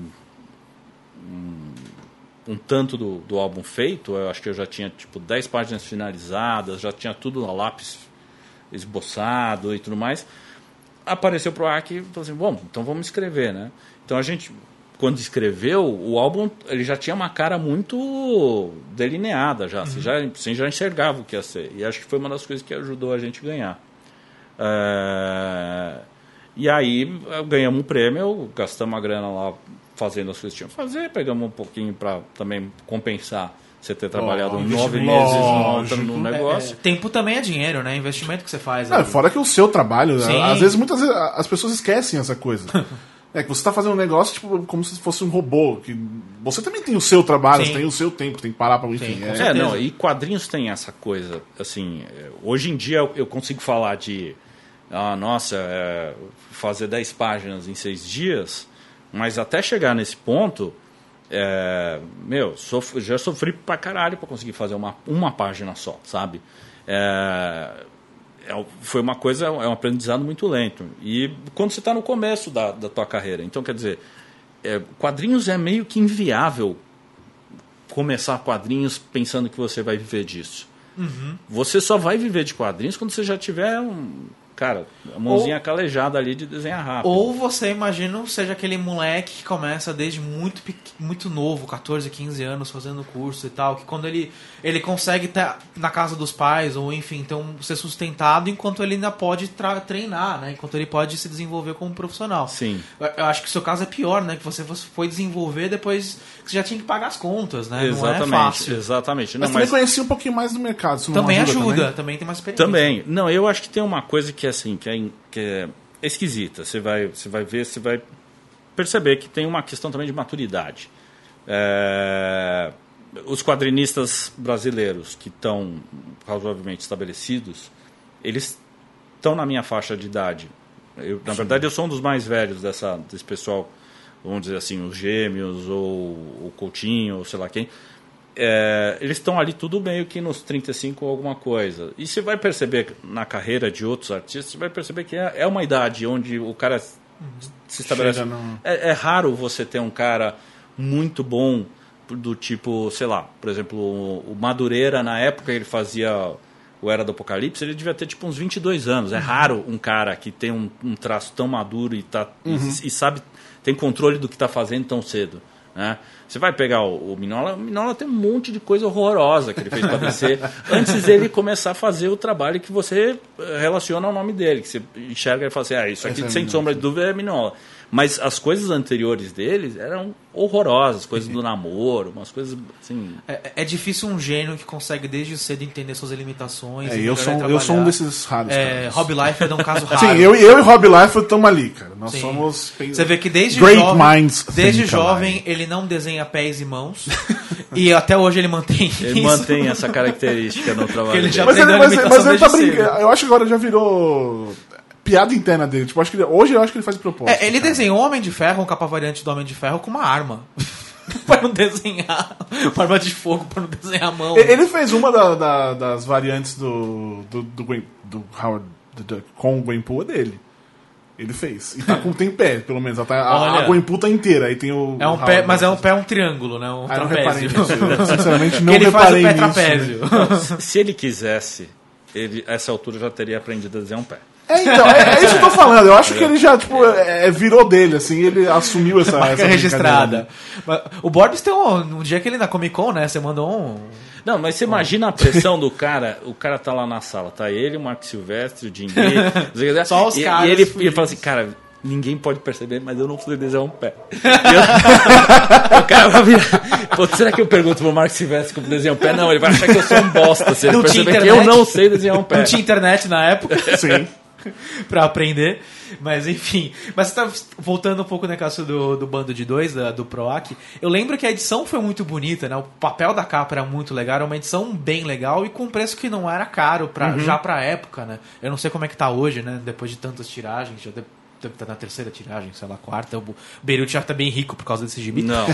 um, um tanto do, do álbum feito, eu acho que eu já tinha tipo dez páginas finalizadas, já tinha tudo a lápis esboçado e tudo mais... Apareceu o PROAC e falou assim, bom, então vamos escrever, né? Então a gente, quando escreveu, o álbum ele já tinha uma cara muito delineada já, uhum. você já, você já enxergava o que ia ser. E acho que foi uma das coisas que ajudou a gente a ganhar. É... E aí ganhamos um prêmio, gastamos a grana lá fazendo as coisas que tinham que fazer, pegamos um pouquinho para também compensar você ter trabalhado lógico, nove lógico. meses no, no negócio. É, é, tempo também é dinheiro, né? Investimento que você faz. É, fora que o seu trabalho, Sim. às vezes, muitas vezes, as pessoas esquecem essa coisa. É que você está fazendo um negócio tipo, como se fosse um robô. Que você também tem o seu trabalho, Sim. você tem o seu tempo, tem que parar para enfim. Sim, é, é, não, e quadrinhos tem essa coisa, assim, hoje em dia eu consigo falar de, ah, nossa, é, fazer dez páginas em seis dias, mas até chegar nesse ponto... É, meu, sof- já sofri pra caralho pra conseguir fazer uma, uma página só, sabe? É, é, foi uma coisa, é um aprendizado muito lento. E quando você tá no começo da, da tua carreira, então quer dizer, é, quadrinhos é meio que inviável começar quadrinhos pensando que você vai viver disso. Uhum. Você só vai viver de quadrinhos quando você já tiver um... Cara, a mãozinha ou, calejada ali de desenhar rápido. Ou você, imagina, seja aquele moleque que começa desde muito, muito novo, catorze, quinze anos, fazendo curso e tal, que quando ele, ele consegue estar na casa dos pais, ou enfim, então ser sustentado enquanto ele ainda pode tra- treinar, né? Enquanto ele pode se desenvolver como profissional. Sim. Eu, eu acho que o seu caso é pior, né? Que você foi desenvolver depois que você já tinha que pagar as contas, né? Exatamente, não é fácil. Exatamente. Mas não, também mas... conhecia um pouquinho mais do mercado. Isso também não ajuda, ajuda, também? também tem mais experiência. Também. Não, eu acho que tem uma coisa que é assim, que é, que é esquisita. Você vai, você vai ver, você vai perceber que tem uma questão também de maturidade. É... Os quadrinistas brasileiros que estão razoavelmente estabelecidos, eles estão na minha faixa de idade. Eu, na verdade, eu sou um dos mais velhos dessa, desse pessoal, vamos dizer assim, os Gêmeos ou o Coutinho, ou sei lá quem. É, eles estão ali tudo meio que nos trinta e cinco ou alguma coisa. E você vai perceber na carreira de outros artistas, você vai perceber que é, é uma idade onde o cara se estabelece. No... É, é raro você ter um cara muito bom do tipo, sei lá, por exemplo, o Madureira, na época ele fazia o Era do Apocalipse, ele devia ter tipo uns vinte e dois anos. É raro um cara que tem um, um traço tão maduro e, tá, uhum. e, e sabe, tem controle do que está fazendo tão cedo. Né? Você vai pegar o, o Mignola, o Mignola tem um monte de coisa horrorosa que ele fez para D C antes dele começar a fazer o trabalho que você relaciona ao nome dele, que você enxerga e fala assim, ah, isso aqui Essa sem é sombra de dúvida é Mignola. Mas as coisas anteriores deles eram horrorosas, coisas do namoro, umas coisas assim... É, é difícil um gênio que consegue desde cedo entender suas limitações. É, e eu, sou, eu sou um desses raros. É, Rob Liefeld é um caso raro. Sim, eu, eu e Rob Liefeld estamos ali, cara. Nós Sim. somos... Você vê que desde Great jovem, minds desde jovem ele não desenha pés e mãos. E até hoje ele mantém Ele isso. mantém essa característica no trabalho ele já mas ele, aprendeu mas, a limitação mas ele tá desde brincando. Eu acho que agora já virou... piada interna dele. Tipo, acho que ele, hoje eu acho que ele faz de propósito. É, ele cara. desenhou Homem de Ferro, um capa variante do Homem de Ferro com uma arma. Pra não desenhar. Uma arma de fogo pra não desenhar a mão. Ele fez uma da, da, das variantes do, do, do, Gwen, do Howard do, do, com o Gwenpool dele. Ele fez. E tá com, tem pé, pelo menos. Ela tá, a, a Gwenpool tá inteira. Aí tem o. É um o pé, Howard, mas é um pé um triângulo, né? Um ah, trapézio. Não reparei nisso. Eu, sinceramente, não ele reparei faz o pé nisso. trapézio. Né? Se, se ele quisesse, ele, a essa altura já teria aprendido a desenhar um pé. É, então, é, é isso que eu tô falando. Eu acho que ele já, tipo, é, virou dele, assim, ele assumiu essa. Marca essa registrada. O Borbs tem um, um dia que ele na Comic Con, né? Você mandou um. Não, mas você imagina a pressão do cara, o cara tá lá na sala, tá ele, o Marco Silvestre, o Jim Lee, só os e, caras. E ele, ele fala assim, cara, ninguém pode perceber, mas eu não sei desenhar um pé. Eu, o cara vai virar, pô, será que eu pergunto pro Marco Silvestre como desenhar um pé? Não, ele vai achar que eu sou um bosta, se ele Não tinha perceber que internet? eu não sei desenhar um pé. Não tinha internet na época. Sim. Pra aprender, mas enfim. Mas você tá voltando um pouco no caso do, do Bando de Dois, da, do Proac. Eu lembro que a edição foi muito bonita, né? O papel da capa era muito legal, era uma edição bem legal e com um preço que não era caro pra, Uhum. já pra época, né? Eu não sei como é que tá hoje, né? Depois de tantas tiragens, já deve deve estar na terceira tiragem, sei lá, quarta. O Beirut já tá bem rico por causa desse gibi. Não.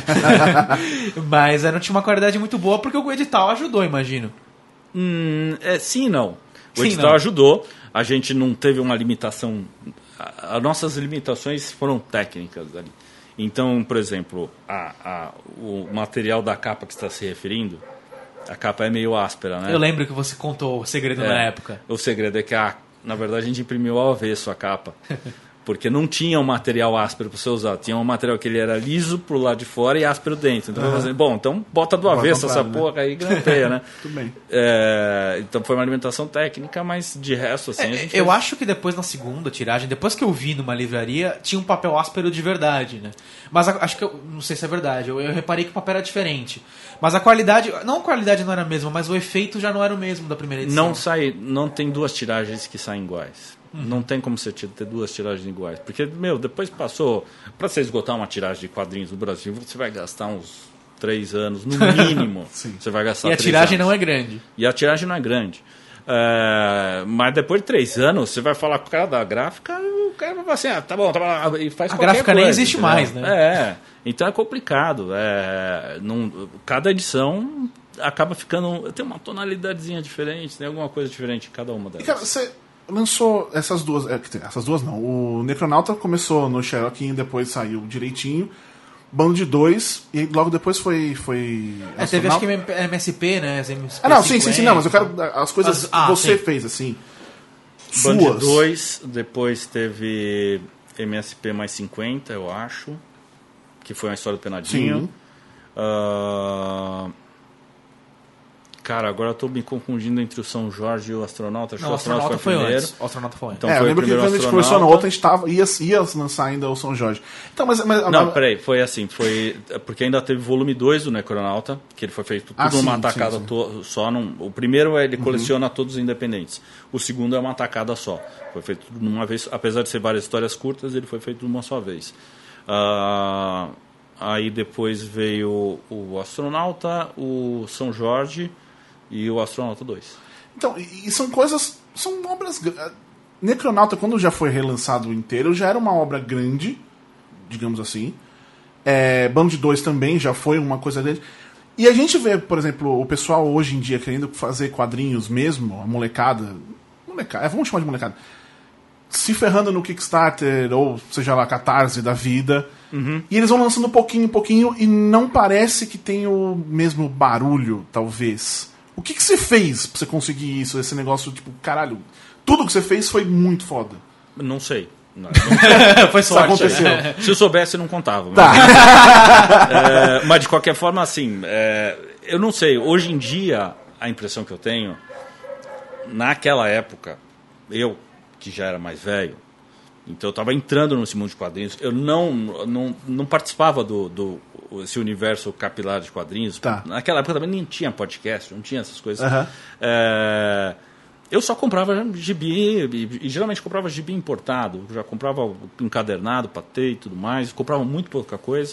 Mas não tinha uma qualidade muito boa porque o edital ajudou, imagino. Hum, é, sim e não. O Sim, edital não. ajudou. A gente não teve uma limitação. a- As nossas limitações foram técnicas ali. Então, por exemplo, a, a, o material da capa que está se referindo, a capa é meio áspera, né? Eu lembro que você contou o segredo É, na época. O segredo é que, a, na verdade, a gente imprimiu ao avesso a capa. Porque não tinha um material áspero para você usar. Tinha um material que ele era liso pro lado de fora e áspero dentro. Então, uhum. fazer, bom, então bota do avesso essa né? porra aí, grampeia, né? Tudo bem. É, então foi uma alimentação técnica, mas de resto, assim, É, a gente eu fez... acho que depois na segunda tiragem, depois que eu vi numa livraria, tinha um papel áspero de verdade, né? Mas a, acho que eu não sei se é verdade. Eu, eu reparei que o papel era diferente. Mas a qualidade, não a qualidade não era a mesma, mas o efeito já não era o mesmo da primeira edição. Não sai, não tem duas tiragens que saem iguais. Uhum. Não tem como você ter duas tiragens iguais. Porque, meu, depois passou... Para você esgotar uma tiragem de quadrinhos no Brasil, você vai gastar uns três anos, no mínimo. Você vai gastar E a três tiragem anos. não é grande. E a tiragem não é grande. É, mas depois de três anos, você vai falar com o cara da gráfica, o cara vai falar assim, ah, tá bom, tá bom, e faz A qualquer gráfica nem coisa, existe entendeu? mais, né? É, então é complicado. É, não, cada edição acaba ficando... Tem uma tonalidadezinha diferente, tem alguma coisa diferente em cada uma delas. E, cara, você lançou essas duas... É, essas duas não. O Necronauta começou no Xeroquinho, depois saiu direitinho. Bando de Dois, e logo depois foi... foi É, teve acho que M S P, né? As M S P Ah, não, sim, sim, sim, cinquenta. não, mas eu quero as coisas As- ah, que você sim. fez, assim, Band suas. dois, depois teve M S P mais cinquenta, eu acho, que foi uma história do Penadinho. Sim. Ah, cara, agora eu tô me confundindo entre o São Jorge e o Astronauta. Acho Não, que o astronauta foi, primeiro. antes. O astronauta foi antes. Então É, eu foi o lembro que primeiro quando a gente Astronauta. conversou na outra, a gente tava, ia, ia lançar ainda o São Jorge. Então, mas... mas Não, a- peraí, foi assim, foi... Porque ainda teve volume dois do Necronauta, que ele foi feito tudo Ah, numa sim, tacada sim, sim. to- só. Num, o primeiro ele coleciona todos os independentes. O segundo é uma tacada só. Foi feito tudo numa vez, apesar de ser várias histórias curtas, ele foi feito de uma só vez. Ah, aí depois veio o Astronauta, o São Jorge e o Astronauta dois. Então, e, e são coisas... São obras... gra- Necronauta, quando já foi relançado inteiro, já era uma obra grande, digamos assim. É, Bando de Dois também já foi uma coisa grande. E a gente vê, por exemplo, o pessoal hoje em dia querendo fazer quadrinhos mesmo, a molecada... molecada é, vamos chamar de molecada. Se ferrando no Kickstarter, ou seja lá, Catarse da vida. Uhum. E eles vão lançando pouquinho em pouquinho e não parece que tem o mesmo barulho, talvez. O que, que você fez pra você conseguir isso? Esse negócio, tipo, caralho, tudo que você fez foi muito foda. Não sei. Não, não foi Isso sorte. aconteceu. né? Se eu soubesse, eu não contava. Tá. É, mas de qualquer forma, assim, é, eu não sei. Hoje em dia, a impressão que eu tenho, naquela época, eu, que já era mais velho, Então eu estava entrando nesse mundo de quadrinhos. Eu não, não, não participava do, do esse universo capilar de quadrinhos. Tá. Naquela época também nem tinha podcast, não tinha essas coisas. Uhum. É, eu só comprava gibi, e, e geralmente comprava gibi importado. Já comprava encadernado para ter e tudo mais. Comprava muito pouca coisa.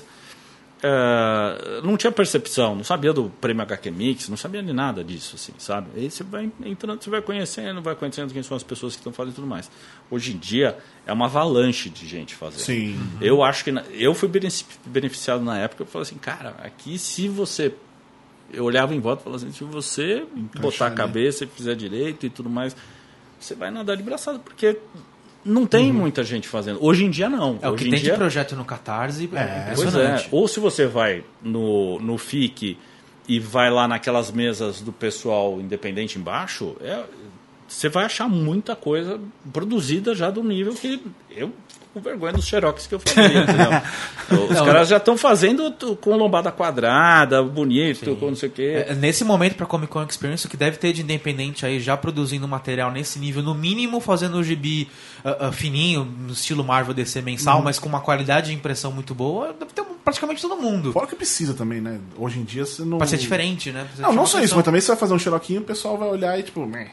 É, não tinha percepção, não sabia do Prêmio H Q Mix, não sabia de nada disso, assim, sabe? Aí você vai entrando, você vai conhecendo, vai conhecendo quem são as pessoas que estão fazendo e tudo mais. Hoje em dia é uma avalanche de gente fazendo. Sim. Eu acho que na, eu fui beneficiado na época. Eu falei assim, cara, aqui se você, eu olhava em volta e falava assim, se você Encaixar, botar a né? cabeça e fizer direito e tudo mais, você vai nadar de braçada, porque não tem uhum. muita gente fazendo. Hoje em dia, não. É, o Hoje que em tem dia, de projeto no Catarse é, é impressionante. Pois é. Ou se você vai no, no F I C e vai lá naquelas mesas do pessoal independente embaixo, é, você vai achar muita coisa produzida já do nível que eu fico com vergonha dos xerox que eu fazia, entendeu? Os não, caras já estão fazendo com lombada quadrada, bonito, sim. com não sei o quê. É, nesse momento, para Comic Con Experience, o que deve ter de independente aí já produzindo material nesse nível, no mínimo fazendo o gibi uh, uh, fininho, no estilo Marvel D C mensal, uhum. mas com uma qualidade de impressão muito boa, deve ter praticamente todo mundo. Fora que precisa também, né? Hoje em dia você não... Pra ser diferente, né? Não, não só isso, mas também você vai fazer um xeroquinho, o pessoal vai olhar e tipo... Meh.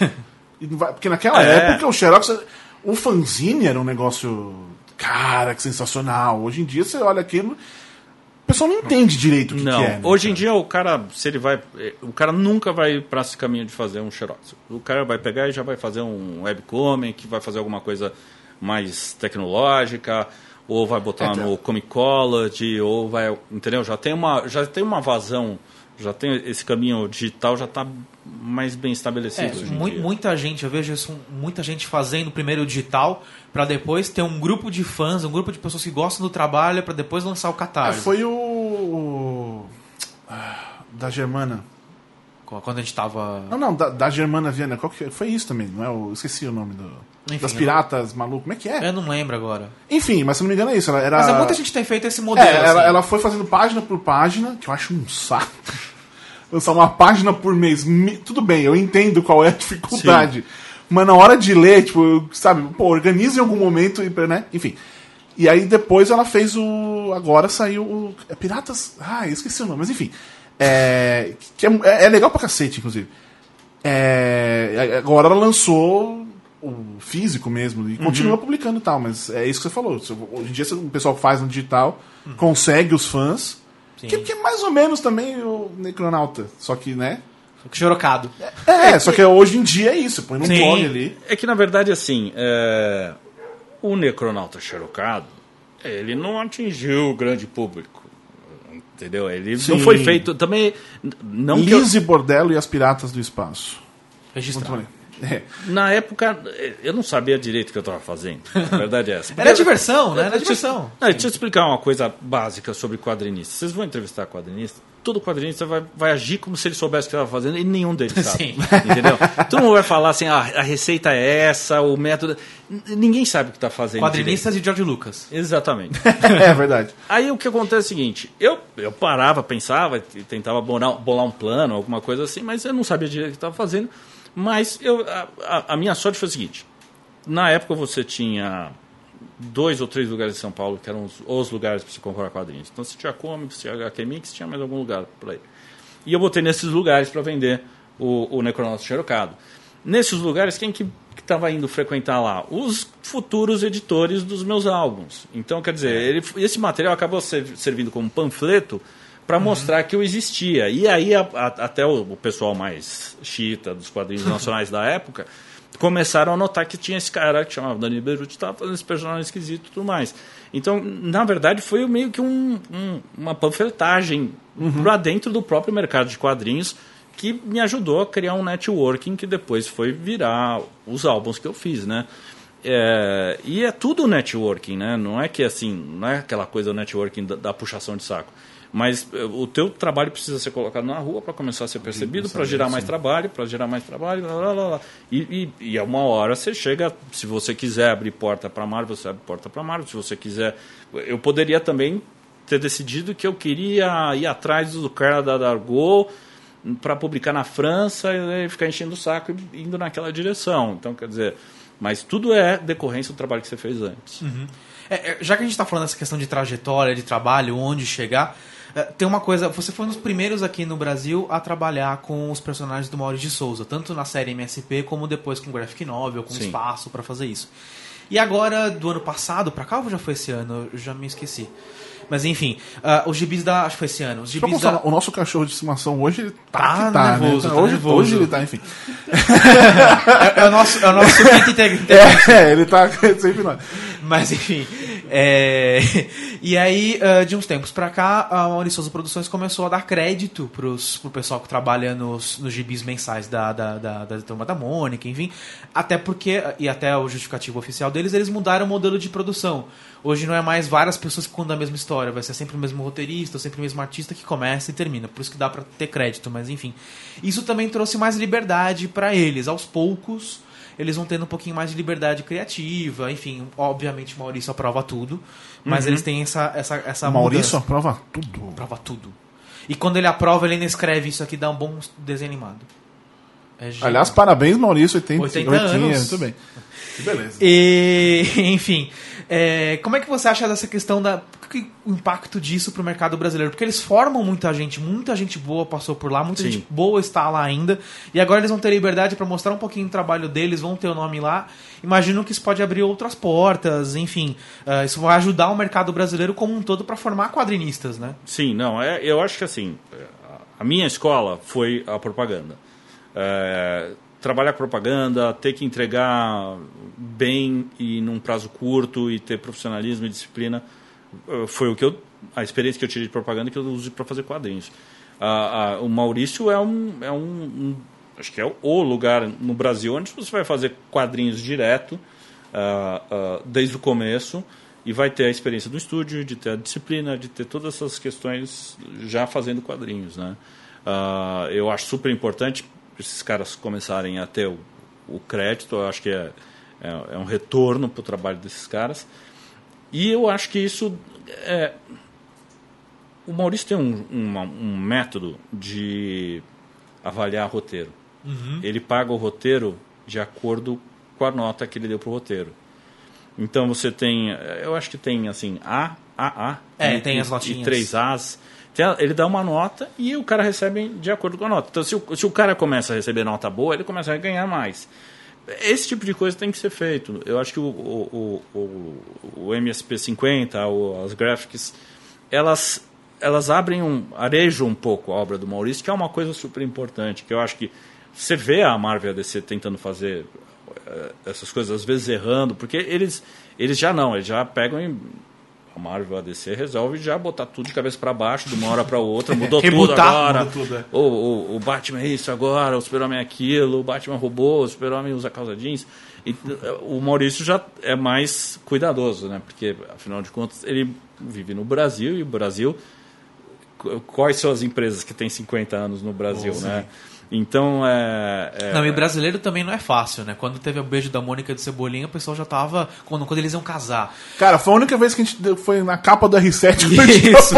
E não vai... Porque naquela é. época o xerox... O fanzine era um negócio... Cara, que sensacional. Hoje em dia você olha aquilo... O pessoal não entende direito o que, não, que é. Né, hoje cara? em dia o cara, se ele vai... O cara nunca vai para esse caminho de fazer um xerox. O cara vai pegar e já vai fazer um webcomic, vai fazer alguma coisa mais tecnológica... ou vai botar é, no Comicology, ou vai, entendeu? Já tem uma, já tem uma vazão, já tem esse caminho digital, já está mais bem estabelecido. É, mu muita gente, eu vejo isso, muita gente fazendo primeiro o digital, para depois ter um grupo de fãs, um grupo de pessoas que gostam do trabalho, para depois lançar o Catarse. É, foi o, o da Germana. Quando a gente tava... Não, não, da, da Germana Viana. Qual que foi isso também? Não é o, esqueci o nome do... Enfim, das piratas, não... maluco. Como é que é? Eu não lembro agora. Enfim, mas se não me engano é isso. Ela era... Mas é, muita gente tem feito esse modelo. É, assim. ela, ela foi fazendo página por página, que eu acho um saco. Lançar uma página por mês. Me... Tudo bem, eu entendo qual é a dificuldade. Sim. Mas na hora de ler, tipo, sabe, pô, organiza em algum momento, né? Enfim. E aí depois ela fez o... Agora saiu o... É Piratas... Ah, eu esqueci o nome, mas enfim... É, que é, é legal pra cacete, inclusive. É, agora ela lançou o físico mesmo e uhum. continua publicando e tal, mas é isso que você falou. Hoje em dia o pessoal faz no digital, uhum. consegue os fãs, que, que é mais ou menos também o Necronauta, só que, né? Só que chorocado. É, é só que hoje em dia é isso, põe num blog ali. É que na verdade, assim, é, o Necronauta chorocado, ele não atingiu o grande público. Entendeu? Ele Sim. não foi feito também. Não Lise eu... Bordello e as Piratas do Espaço. Registrado. É. Na época, eu não sabia direito o que eu estava fazendo. A verdade é essa. Porque era diversão, né? Era diversão. Não, deixa eu explicar uma coisa básica sobre quadrinistas. Vocês vão entrevistar quadrinista, todo quadrinista vai, vai agir como se ele soubesse o que estava fazendo e nenhum deles sabe. Sim. Entendeu? Todo mundo vai falar assim, ah, a receita é essa, o método... Ninguém sabe o que está fazendo. Quadrinistas direito. E George Lucas. Exatamente. É verdade. Aí o que acontece é o seguinte, eu, eu parava, pensava, tentava bolar, bolar um plano, alguma coisa assim, mas eu não sabia direito o que estava fazendo. Mas eu, a, a minha sorte foi o seguinte, na época você tinha dois ou três lugares em São Paulo que eram os, os lugares para você comprar quadrinhos. Então você tinha Comics, tinha H Q Mix, tinha mais algum lugar por aí. E eu botei nesses lugares para vender o, o Necronauta xerocado. Nesses lugares, quem que estava indo frequentar lá? Os futuros editores dos meus álbuns. Então, quer dizer, ele, esse material acabou ser, servindo como panfleto para uhum. mostrar que eu existia. E aí a, a, até o, o pessoal mais chita dos quadrinhos nacionais da época começaram a notar que tinha esse cara que chamava Dani Beruti, que estava fazendo esse personagem esquisito e tudo mais. Então, na verdade, foi meio que um, um, uma panfletagem uhum. para dentro do próprio mercado de quadrinhos que me ajudou a criar um networking que depois foi virar os álbuns que eu fiz, né? É, e é tudo networking, né? Não é que assim, não é aquela coisa do networking da, da puxação de saco. Mas o teu trabalho precisa ser colocado na rua para começar a ser percebido, para gerar mais trabalho, para gerar mais trabalho, blá, blá, blá. E, e, e a uma hora você chega, se você quiser abrir porta para Marvel, você abre porta para Marvel. Se você quiser... Eu poderia também ter decidido que eu queria ir atrás do cara da Dargo para publicar na França e ficar enchendo o saco e indo naquela direção. Então, quer dizer... Mas tudo é decorrência do trabalho que você fez antes. Uhum. É, é, já que a gente está falando dessa questão de trajetória, de trabalho, onde chegar, é, tem uma coisa... Você foi um dos primeiros aqui no Brasil a trabalhar com os personagens do Maurício de Souza, tanto na série M S P, como depois com Graphic Novel, com Sim. espaço para fazer isso. E agora, do ano passado para cá, ou já foi esse ano? Eu já me esqueci. Mas enfim, uh, os gibis da... Acho que foi esse ano. Os gibis da... O nosso cachorro de estimação hoje ele tá, Tá que tá, nervoso, né? tá hoje, nervoso. hoje ele tá, enfim. é, é o nosso, é o nosso quinto integrante. É, ele tá sempre nós. Mas enfim. É... E aí, uh, de uns tempos pra cá, a Maurício Souza Produções começou a dar crédito pros, pro pessoal que trabalha nos, nos gibis mensais da, da, da, da Turma da Mônica, enfim. Até porque, e até o justificativo oficial deles, eles mudaram o modelo de produção. Hoje não é mais várias pessoas que contam a mesma história, vai ser sempre o mesmo roteirista, sempre o mesmo artista que começa e termina. Por isso que dá pra ter crédito, mas enfim. Isso também trouxe mais liberdade pra eles. Aos poucos, eles vão tendo um pouquinho mais de liberdade criativa, enfim. Obviamente, o Maurício aprova tudo, mas Uhum. eles têm essa, essa, essa O Maurício mudança. aprova tudo. Aprova tudo. E quando ele aprova, ele ainda escreve isso aqui, dá um bom desenho animado. É genial. Aliás, parabéns, Maurício, oitenta, oitenta oitenta anos. Muito bem. Que beleza. E, enfim, é, como é que você acha dessa questão da que, o impacto disso pro mercado brasileiro? Porque eles formam muita gente, muita gente boa passou por lá, muita Sim. gente boa está lá ainda, e agora eles vão ter liberdade para mostrar um pouquinho do trabalho deles, vão ter o nome lá. Imagino que isso pode abrir outras portas, enfim, uh, isso vai ajudar o mercado brasileiro como um todo para formar quadrinistas, né? Sim, não, é, eu acho que assim, a minha escola foi a propaganda. É, trabalhar com propaganda, ter que entregar bem e num prazo curto e ter profissionalismo e disciplina foi o que eu, a experiência que eu tirei de propaganda que eu uso para fazer quadrinhos. Ah, ah, o Maurício é um, é um, um acho que é o lugar no Brasil onde você vai fazer quadrinhos direto ah, ah, desde o começo e vai ter a experiência do estúdio, de ter a disciplina, de ter todas essas questões já fazendo quadrinhos, né? Ah, eu acho super importante esses caras começarem a ter o, o crédito. Eu acho que é, é, é um retorno para o trabalho desses caras. E eu acho que isso é... O Maurício tem um, uma, um método de avaliar roteiro. Uhum. Ele paga o roteiro de acordo com a nota que ele deu para o roteiro. Então você tem... Eu acho que tem assim A, A, A É, e, tem as e, notinhas. e três As. Ele dá uma nota e o cara recebe de acordo com a nota. Então, se o, se o cara começa a receber nota boa, ele começa a ganhar mais. Esse tipo de coisa tem que ser feito. Eu acho que o, o, o, o M S P cinquenta, ou as graphics, elas, elas abrem um, arejam um pouco a obra do Maurício, que é uma coisa super importante, que eu acho que você vê a Marvel e a D C tentando fazer uh, essas coisas, às vezes errando, porque eles, eles já não, eles já pegam e... A Marvel, a D C resolve já botar tudo de cabeça para baixo, de uma hora para outra, mudou tudo agora. Mudou tudo, é. o, o, o Batman é isso agora, o Super-Homem é aquilo, o Batman roubou, o Super-Homem usa calça jeans. E, o Maurício já é mais cuidadoso, né? Porque, afinal de contas, ele vive no Brasil, e o Brasil... Quais são as empresas que têm cinquenta anos no Brasil, oh, né? Então, é, é... Não, e brasileiro também não é fácil, né? Quando teve o beijo da Mônica de Cebolinha, o pessoal já tava... Quando, quando eles iam casar. Cara, foi a única vez que a gente foi na capa do R sete. Isso!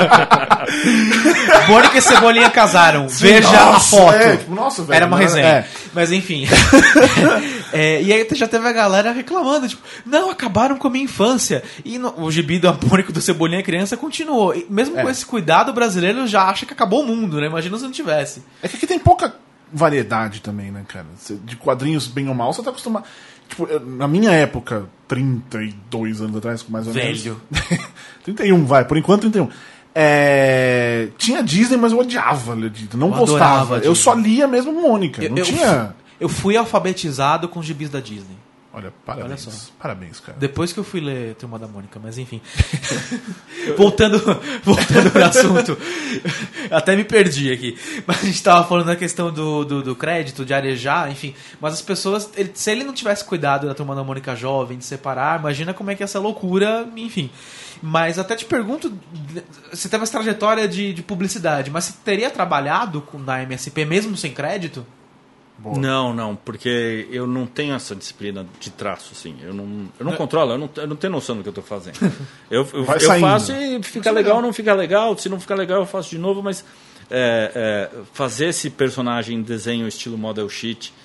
Mônica e Cebolinha casaram. Sim, Veja nossa, a foto. É, tipo, nossa, velho, era uma resenha. É. Mas, enfim. é, e aí já teve a galera reclamando, tipo... Não, acabaram com a minha infância. E no, o gibi da Mônica do Cebolinha criança continuou. E mesmo é. com esse cuidado, o brasileiro já acha que acabou o mundo, né? Imagina se não tivesse. É que aqui tem pouca variedade também, né, cara? De quadrinhos bem ou mal, você tá acostumado... Tipo, na minha época, trinta e dois anos atrás, mais ou menos... Velho. trinta e um, vai. Por enquanto, trinta e um. É... Tinha Disney, mas eu odiava ler Disney. Não eu gostava. Eu só lia mesmo Mônica. Eu, não eu tinha... Eu fui alfabetizado com os gibis da Disney. Olha, parabéns. Olha só. Parabéns, cara. Depois que eu fui ler Turma da Mônica, mas enfim. voltando, voltando ao assunto. Até me perdi aqui. Mas a gente estava falando da questão do, do, do crédito, de arejar, enfim. Mas as pessoas, ele, se ele não tivesse cuidado da Turma da Mônica jovem, de separar, imagina como é que é essa loucura, enfim. Mas até te pergunto, você teve essa trajetória de, de publicidade, mas você teria trabalhado com, na M S P mesmo sem crédito? Boa. Não, não, porque eu não tenho essa disciplina de traço, assim. Eu não, eu não é. controlo, eu não, eu não tenho noção do que eu estou fazendo. Eu, eu, eu faço e fica legal ou não fica legal. Se não ficar legal, eu faço de novo, mas é, é, fazer esse personagem em desenho estilo model sheet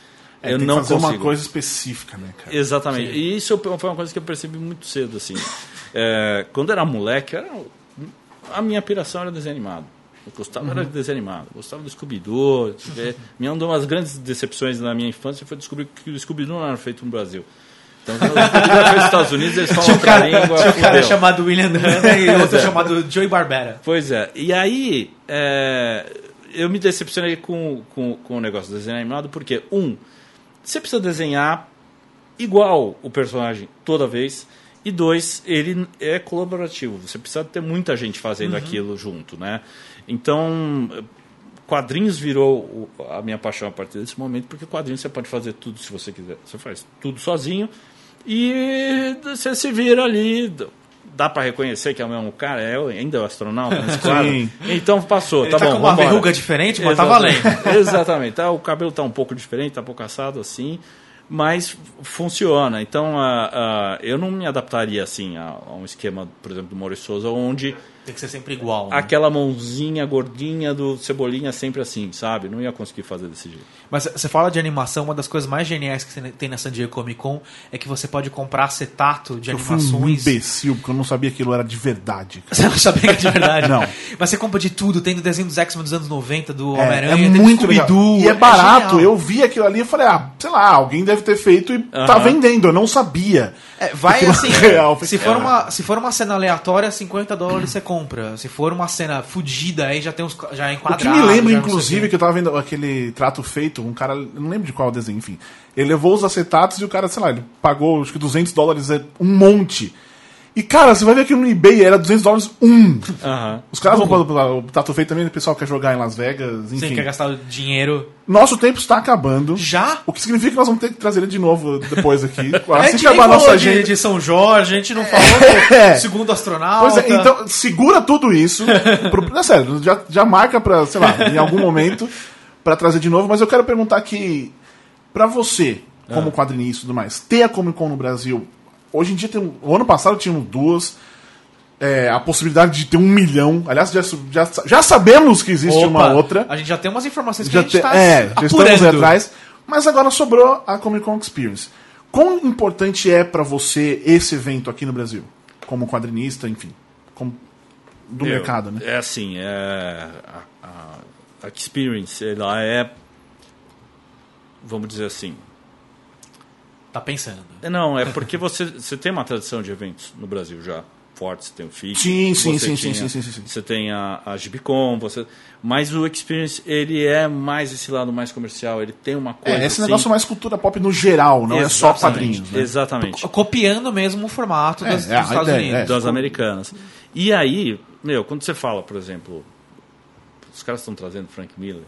É, eu tem não que fazer consigo. uma coisa específica, né, cara? Exatamente. Sim. E isso foi uma coisa que eu percebi muito cedo, assim. É, quando eu era moleque, era, a minha piração era desenho animado. Eu gostava uhum. era de desenho animado. Eu gostava do Scooby-Doo. Minha uma das grandes decepções na minha infância foi descobrir que o Scooby-Doo não era feito no Brasil. Então, quando eu fui nos Estados Unidos, eles falam outra língua. Tinha um cara chamado William Hanna e outro chamado Joey Barbera. Pois é. E aí, é, eu me decepcionei com, com, com o negócio do desenho animado, porque, um, você precisa desenhar igual o personagem toda vez. E dois, ele é colaborativo. Você precisa ter muita gente fazendo uhum. aquilo junto, né? Então, quadrinhos virou a minha paixão a partir desse momento, porque quadrinhos você pode fazer tudo se você quiser. Você faz tudo sozinho e você se vira ali. Dá para reconhecer que é o mesmo cara, é ainda é o astronauta nesse quadro. Sim. Então passou, ele tá, tá bom. com uma vambora. verruga diferente, mas Exatamente. Tá valendo. Exatamente. Tá, o cabelo tá um pouco diferente, tá um pouco assado assim. Mas funciona. Então, uh, uh, eu não me adaptaria assim a, a um esquema, por exemplo, do Maurício Souza, onde tem que ser sempre igual. Né? Aquela mãozinha gordinha do Cebolinha sempre assim, sabe? Não ia conseguir fazer desse jeito. Mas você fala de animação, uma das coisas mais geniais que tem na San Diego Comic Con é que você pode comprar acetato de eu animações. Fui um imbecil, porque eu não sabia que aquilo era de verdade. Cara. Você não sabia que era de verdade? Não. Mas você compra de tudo, tem o desenho dos X-Men dos anos noventa, do é, Homem-Aranha, é tem muito do Scooby-Doo. E é barato, é eu vi aquilo ali e falei, ah, sei lá, alguém deve ter feito e uh-huh. tá vendendo, eu não sabia. É, vai aquilo assim, real. Se, for uma, se for uma cena aleatória, cinquenta dólares você compra. Se for uma cena fodida, aí já tem uns já enquadrado. O que me lembra, inclusive, que eu tava vendo aquele trato feito, um cara, não lembro de qual desenho, enfim. Ele levou os acetatos e o cara, sei lá, ele pagou acho que duzentos dólares, um monte. E, cara, você vai ver que no eBay era duzentos dólares um. Uhum. Os caras vão para o Tato Feito também, o pessoal quer jogar em Las Vegas, enfim. Sim, quer gastar o dinheiro. Nosso tempo está acabando. Já? O que significa que nós vamos ter que trazer ele de novo depois aqui. Assim que acabar a nossa agenda. De São Jorge, a gente não falou é. do segundo astronauta. Pois é, então segura tudo isso. pro, não, sério, já, já marca para, sei lá, em algum momento, para trazer de novo. Mas eu quero perguntar aqui, para você, como ah. quadrinista e tudo mais, ter a Comic Con no Brasil... Hoje em dia, tem, o ano passado tínhamos duas. É, a possibilidade de ter um milhão. Aliás, já, já, já sabemos que existe Opa, uma outra. A gente já tem umas informações que já a gente está É, já estamos atrás. Mas agora sobrou a Comic Con Experience. Quão importante é para você esse evento aqui no Brasil? Como quadrinista, enfim. Como do Eu, mercado, né? É assim, é, a, a, a Experience, ela é... Vamos dizer assim... Tá pensando. Não, é porque você, você tem uma tradição de eventos no Brasil já forte, você tem o F I C, sim, sim, sim, tinha, sim, sim, sim, sim. Você tem a, a Gibicon, você, mas o Experience, ele é mais esse lado mais comercial, ele tem uma coisa É, esse assim, negócio mais cultura pop no geral, não é só quadrinhos. Né? Exatamente. Copiando mesmo o formato é, das, é, dos Estados ideia, Unidos. É, das americanas. E aí, meu, quando você fala, por exemplo, os caras estão trazendo Frank Miller,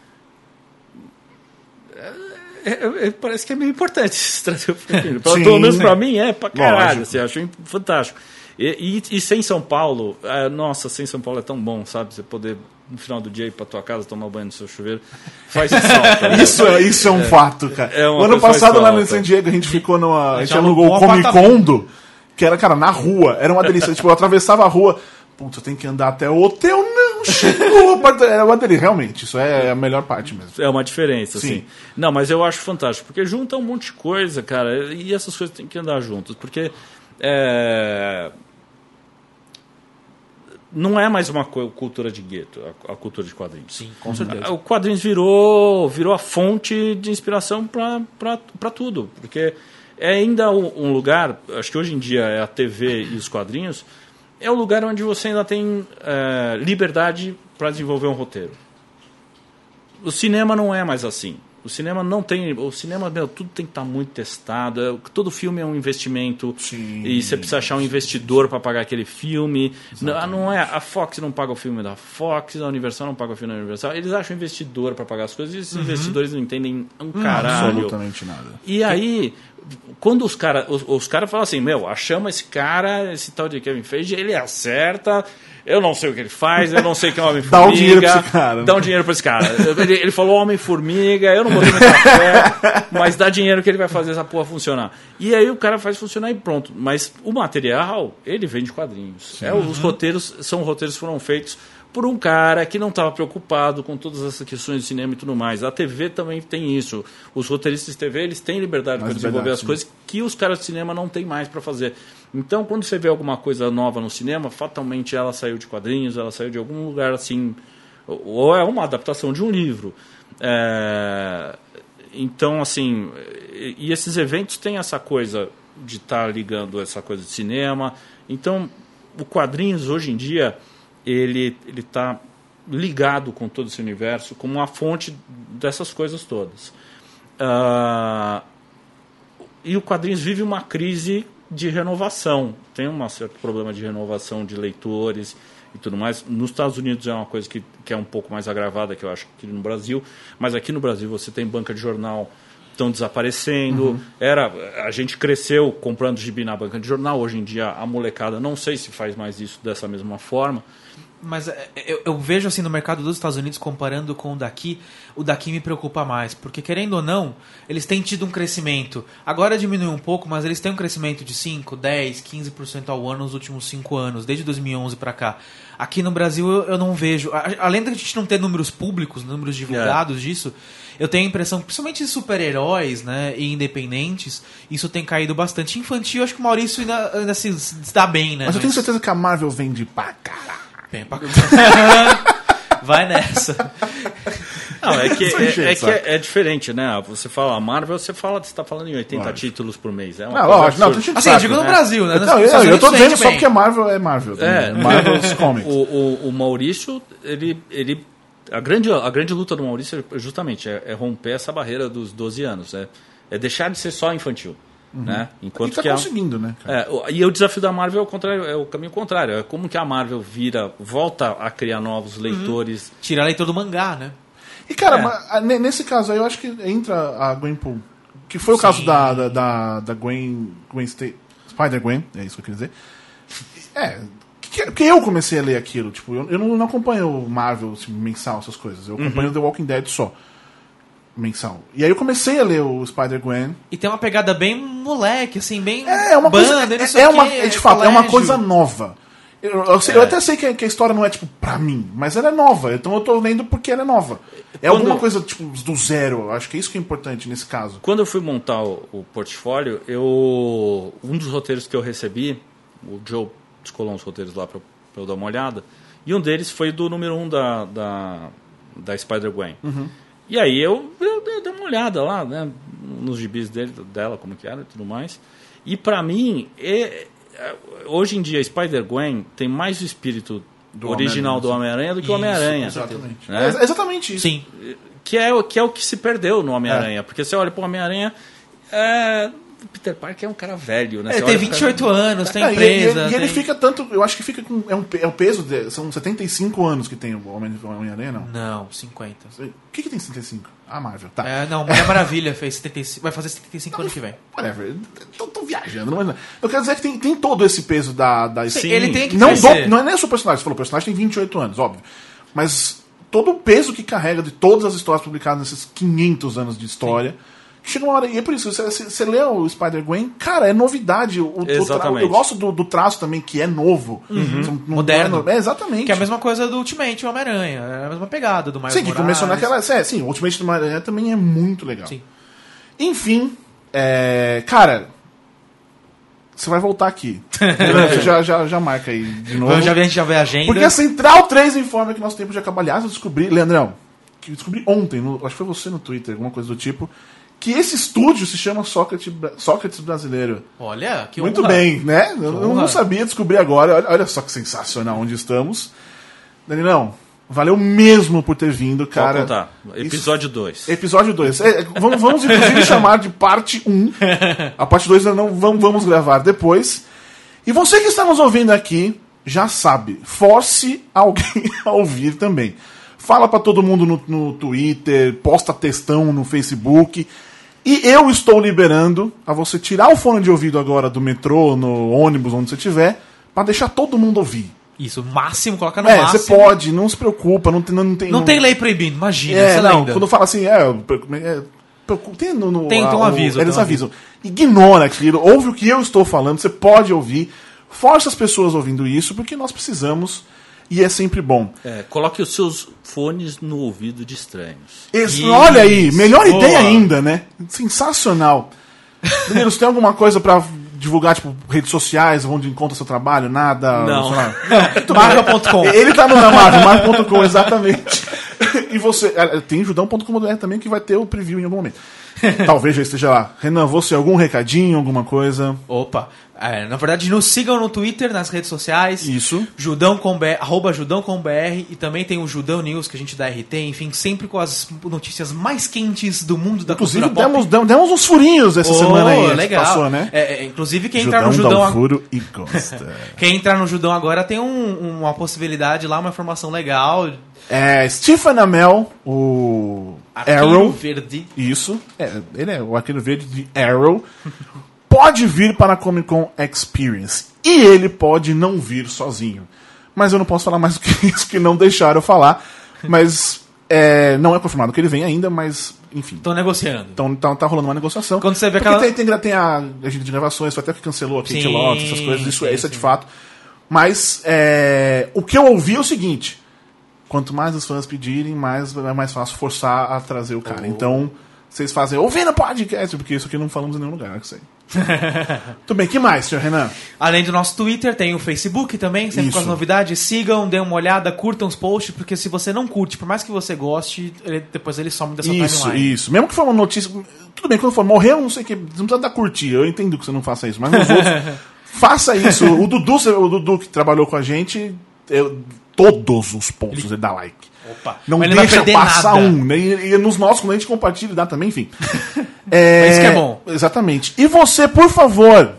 é, É, é, parece que é meio importante trazer o Frank Miller. Pelo menos pra mim é pra caralho. Assim, eu acho fantástico. E, e, e sem São Paulo, é, nossa, sem São Paulo é tão bom, sabe? Você poder, no final do dia, ir pra tua casa, tomar banho no seu chuveiro. Faz esse salto. Né? Isso, é, isso é um é, fato, cara. É o ano passado lá no San Diego, a gente ficou numa. A gente alugou o Comic Condo, que era, cara, na rua. Era uma delícia. Tipo, eu atravessava a rua. Putz, eu tenho que andar até o hotel, não, chegou. Era uma delícia, realmente, isso é a melhor parte mesmo. É uma diferença, Sim. assim. Não, mas eu acho fantástico, porque junta um monte de coisa, cara, e essas coisas têm que andar juntas, porque é... não é mais uma cultura de gueto, a cultura de quadrinhos. Sim, com certeza. O quadrinhos virou, virou a fonte de inspiração para tudo, porque é ainda um lugar, acho que hoje em dia é a T V e os quadrinhos, é o lugar onde você ainda tem é, liberdade para desenvolver um roteiro. O cinema não é mais assim. O cinema não tem... O cinema, meu, tudo tem que estar muito testado. É, todo filme é um investimento. Sim, e você precisa achar um investidor para pagar aquele filme. Não, não é, a Fox não paga o filme da Fox, a Universal não paga o filme da Universal. Eles acham investidor para pagar as coisas e esses uhum. investidores não entendem um caralho. Absolutamente nada. E aí... Quando os caras os, os cara falam assim, meu, achamos esse cara, esse tal de Kevin Feige, ele acerta, eu não sei o que ele faz, eu não sei quem é o Homem-Formiga. Dá um dinheiro pra esse cara. Dá um dinheiro pra esse cara. Ele, ele falou Homem-Formiga, eu não botei muita fé, mas dá dinheiro que ele vai fazer essa porra funcionar. E aí o cara faz funcionar e pronto. Mas o material, ele vem de quadrinhos. É, os roteiros são roteiros que foram feitos por um cara que não estava preocupado com todas essas questões de cinema e tudo mais. A T V também tem isso. Os roteiristas de T V, eles têm liberdade para desenvolver as sim. coisas que os caras de cinema não têm mais para fazer. Então, quando você vê alguma coisa nova no cinema, fatalmente ela saiu de quadrinhos, ela saiu de algum lugar assim, ou é uma adaptação de um livro. É... Então, assim, e esses eventos têm essa coisa de estar tá ligando essa coisa de cinema. Então, o quadrinhos, hoje em dia, ele ele está ligado com todo esse universo como uma fonte dessas coisas todas. Uh, e o quadrinhos vive uma crise de renovação. Tem um certo problema de renovação de leitores e tudo mais. Nos Estados Unidos é uma coisa que, que é um pouco mais agravada, que eu acho que no Brasil. Mas aqui no Brasil você tem banca de jornal estão desaparecendo. Uhum. Era, a gente cresceu comprando gibi na banca de jornal. Hoje em dia a molecada não sei se faz mais isso dessa mesma forma. Mas eu, eu vejo assim no mercado dos Estados Unidos, comparando com o daqui, o daqui me preocupa mais, porque querendo ou não, eles têm tido um crescimento, agora diminuiu um pouco, mas eles têm um crescimento de cinco, dez, quinze por cento ao ano nos últimos cinco anos, desde dois mil e onze para cá. Aqui no Brasil eu, eu não vejo, além da gente não ter números públicos, números divulgados é. disso, eu tenho a impressão que principalmente de super-heróis, né, e independentes, isso tem caído bastante. Infantil, acho que o Maurício ainda, ainda se, se dá bem, né? Mas eu tenho certeza que a Marvel vende pra caralho. Bem pra vai nessa. Não, é que, é, é, que é, é diferente, né? Você fala Marvel, você fala, você tá falando em oitenta lógico. títulos por mês. É uma não, lógico, não, assim, eu digo no né? Brasil, né? Não, eu, eu tô dizendo só porque Marvel é Marvel. É, Marvel's Comics. O, o, o Maurício, ele, ele a grande a grande luta do Maurício justamente é, é romper essa barreira dos doze anos, é, é deixar de ser só infantil. Uhum. Né? Enquanto e tá que conseguindo, a, né? É, e o desafio da Marvel é o, contrário, é o caminho contrário. É como que a Marvel vira, volta a criar novos leitores. Uhum. Tirar leitor do mangá, né? E cara, é. mas, nesse caso aí eu acho que entra a Gwenpool. Que foi o Sim. caso da, da, da, da Gwen, Gwen St- Spider-Gwen, é isso que eu queria dizer. É, porque eu comecei a ler aquilo. Tipo, eu, eu não, não acompanho o Marvel assim, mensal, essas coisas. Eu acompanho uhum. The Walking Dead só. Mensal. E aí eu comecei a ler o Spider-Gwen. E tem uma pegada bem moleque, assim, bem é, é uma banda, coisa, é, é uma, é, de fato, colégio. É uma coisa nova. Eu, eu, sei, é. eu até sei que a, que a história não é, tipo, pra mim, mas ela é nova. Então eu tô lendo porque ela é nova. É Quando... alguma coisa, tipo, do zero. Eu acho que é isso que é importante nesse caso. Quando eu fui montar o, o portfólio, eu um dos roteiros que eu recebi, o Joe descolou uns roteiros lá pra, pra eu dar uma olhada, e um deles foi do número um da, da, da Spider-Gwen. Uhum. E aí eu, eu, eu dei uma olhada lá, né, nos gibis dele, dela, como que era e tudo mais. E pra mim, é, é, hoje em dia, Spider-Gwen tem mais o espírito do original Homem-Aranha, do Homem-Aranha do que o Homem-Aranha. Exatamente. Né? É exatamente isso. Sim. Que é, que é o que se perdeu no Homem-Aranha. É. Porque você olha pro Homem-Aranha... É, Peter Parker é um cara velho, né? Ele tem vinte e oito cara... anos, tem é, empresa. E, e, e tem... ele fica tanto. Eu acho que fica com. É, um, é o peso. De, são setenta e cinco anos que tem o Homem-Aranha, não? Não, cinquenta. O que, que tem setenta e cinco? Ah, Marvel. Tá. É, não, Mulher Maravilha fez setenta e cinco, vai fazer setenta e cinco não, ano que vem. Whatever. Tô, tô viajando. Não é, eu quero dizer que tem, tem todo esse peso da. da Sim, ele tem que não, do, não é nem o seu personagem. Você falou, o personagem tem vinte e oito anos, óbvio. Mas todo o peso que carrega de todas as histórias publicadas nesses quinhentos anos de história. Sim. Chega uma hora, e é por isso, você, você lê o Spider-Gwen, cara, é novidade. O, o, exatamente. Eu gosto do, do traço também, que é novo. Uhum. Moderno. É, exatamente. Que é a mesma coisa do Ultimate, o Homem-Aranha. É a mesma pegada do Miles Sim, que começou naquela... É, sim, o Ultimate do Homem-Aranha também é muito legal. Sim. Enfim, é, cara... Você vai voltar aqui. Você já, já, já marca aí de novo. Eu já vi, a gente já vê a agenda. Porque a Central três informa que nosso tempo já acabou. Aliás, eu descobri... Leandrão, que eu descobri ontem, no, acho que foi você no Twitter, alguma coisa do tipo... que esse estúdio se chama Sócrates, Sócrates Brasileiro. Olha, que Muito honra. bem, né? Eu honra. não sabia, descobri agora. Olha, olha só que sensacional onde estamos. Danilão, valeu mesmo por ter vindo, cara. Pode contar. Episódio dois. Episódio dois. É, vamos, vamos, inclusive, chamar de parte um. A parte dois não vamos, vamos gravar depois. E você que está nos ouvindo aqui, já sabe, force alguém a ouvir também. Fala pra todo mundo no, no Twitter, posta textão no Facebook. E eu estou liberando a você tirar o fone de ouvido agora do metrô, no ônibus, onde você estiver, pra deixar todo mundo ouvir. Isso, máximo, coloca no é, máximo. É, você pode, não se preocupa, não tem... Não tem, não não... tem lei proibindo, imagina, é, essa não, lenda. quando fala assim, é, é tem, no, no, tem, a, tem um aviso. O, eles um avisam. aviso. Ignora aquilo, ouve o que eu estou falando, você pode ouvir, força as pessoas ouvindo isso, porque nós precisamos... e é sempre bom. É, coloque os seus fones no ouvido de estranhos. Esse, olha aí, melhor boa. ideia ainda, né? Sensacional. Meninos, tem alguma coisa pra divulgar, tipo, redes sociais, onde encontra seu trabalho? Nada? Não. sei lá? Marvel ponto com. Ele tá no Marvel, Marvel ponto com, exatamente. E você, tem judão ponto com ponto b r também, que vai ter o preview em algum momento. Talvez já esteja lá. Renan, você, algum recadinho, alguma coisa? Opa, é, na verdade nos sigam no Twitter, nas redes sociais. Isso. Judão com B R, arroba Judão com B R, e também tem o Judão News que a gente dá R T, enfim, sempre com as notícias mais quentes do mundo da Inclusive, cultura pop. demos, demos, demos uns furinhos essa Oh, semana aí. que legal. Passou, né? É, é, inclusive, quem entrar no Judão Judão dá um ag- furo e gosta. quem entrar no Judão agora tem um- uma possibilidade lá, uma informação legal. É, Stephen Amell, o Arqueiro Arrow. Verde. Isso. É, ele é o Arqueiro Verde de Arrow. Pode vir para a Comic Con Experience. E ele pode não vir sozinho. Mas eu não posso falar mais do que isso, que não deixaram eu falar. Mas é, não é confirmado que ele vem ainda, mas enfim. Estão negociando. Então tá, tá rolando uma negociação. Quando você vê Porque aquela- tem, tem, tem a agenda de gravações, foi até que cancelou a Kate Sim, Lotz, essas coisas, isso, é- sim, isso é de sim. fato. Mas é, o que eu ouvi é o seguinte: quanto mais os fãs pedirem, mais é mais fácil forçar a trazer o cara. Oh. Então, vocês fazem ouvindo podcast, porque isso aqui não falamos em nenhum lugar, que sei. Tudo bem, que mais, senhor Renan? Além do nosso Twitter, tem o Facebook também, sempre Isso. com as novidades. Sigam, dêem uma olhada, curtam os posts, porque se você não curte, por mais que você goste, ele- depois ele some da sua Isso, timeline. isso. Mesmo que for uma notícia. Tudo bem, quando for morreu, não sei o que. Você não precisa dar curtir. Eu entendo que você não faça isso, mas nos outros, faça isso. O Dudu, o Dudu que trabalhou com a gente, eu- todos os pontos ele dá like. Opa, Não mas ele não vai deixa perder passar nada. um. Né? E, e nos nossos, quando a gente compartilha, dá também, enfim. É, Isso que é bom. Exatamente. E você, por favor,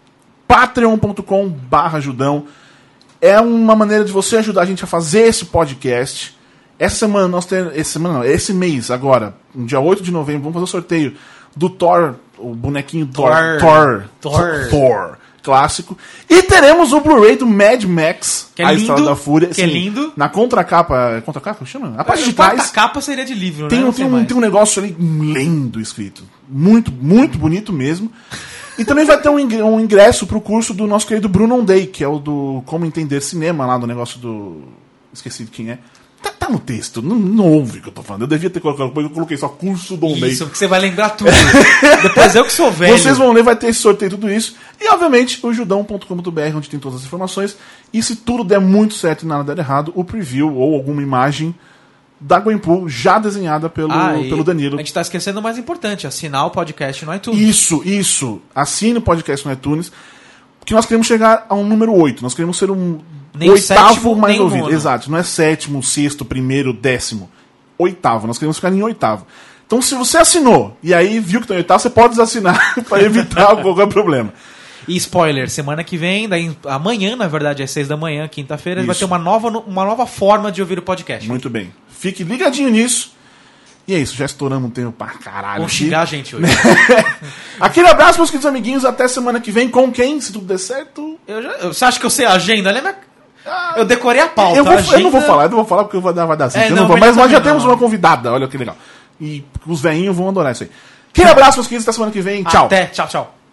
patreon ponto com barra Judão. É uma maneira de você ajudar a gente a fazer esse podcast. Essa semana nós temos. Essa semana não, esse mês, agora, no dia oito de novembro, vamos fazer o sorteio do Thor, o bonequinho Thor. Thor. Thor. Thor. Thor. Clássico. E teremos o Blu-ray do Mad Max, Que é A lindo, Estrada da Fúria. que é lindo. Na contracapa. Contracapa? Como chama? A parte de Quarta trás. capa seria de livro, Tem, né? um- Não tem, sei um, mais. tem um negócio ali lindo escrito. Muito, muito bonito mesmo. E também vai ter um ingre- um ingresso pro curso do nosso querido Bruno Day, que é o do Como Entender Cinema, lá do negócio do. Esqueci de quem é. Tá, tá no texto, não, não ouve o que eu tô falando. Eu devia ter colocado, eu coloquei só curso do Day. Isso, porque você vai lembrar tudo. Depois eu que sou velho. Vocês vão ler, vai ter esse sorteio, tudo isso. E, obviamente, o judão ponto com ponto b r, onde tem todas as informações. E se tudo der muito certo e nada der errado, o preview ou alguma imagem da Gwenpool já desenhada pelo, Ah, e pelo Danilo. A gente tá esquecendo o mais importante, assinar o podcast no iTunes. Isso, isso. Assine o podcast no iTunes. Porque nós queremos chegar a um número oito. Nós queremos ser um Nem o oitavo sétimo, mais nem o ouvido. nono. Exato. Não é sétimo, sexto, primeiro, décimo. Oitavo. Nós queremos ficar em oitavo. Então, se você assinou e aí viu que está em oitavo, você pode desassinar para evitar qualquer problema. E spoiler, semana que vem, daí, amanhã, na verdade, às seis da manhã, quinta-feira, vai Isso. ter uma nova, uma nova forma de ouvir o podcast. Muito bem. Fique ligadinho nisso. E é isso, já estouramos um tempo pra caralho. Vão aqui. xingar a gente hoje. Aquele abraço, meus queridos amiguinhos. Até semana que vem. Com quem? Se tudo der certo. Eu já, eu- você acha que eu sei a agenda? Olha a minha... Eu decorei a pauta. Eu, vou, a eu agenda... não vou falar, eu não vou falar porque vai dar, vai dar zica, É, eu não, não vou. melhor Mas nós já também temos não. uma convidada, olha que legal. E os velhinhos vão adorar isso aí. Aquele abraço, meus queridos. Até semana que vem. Tchau. Até, tchau, tchau.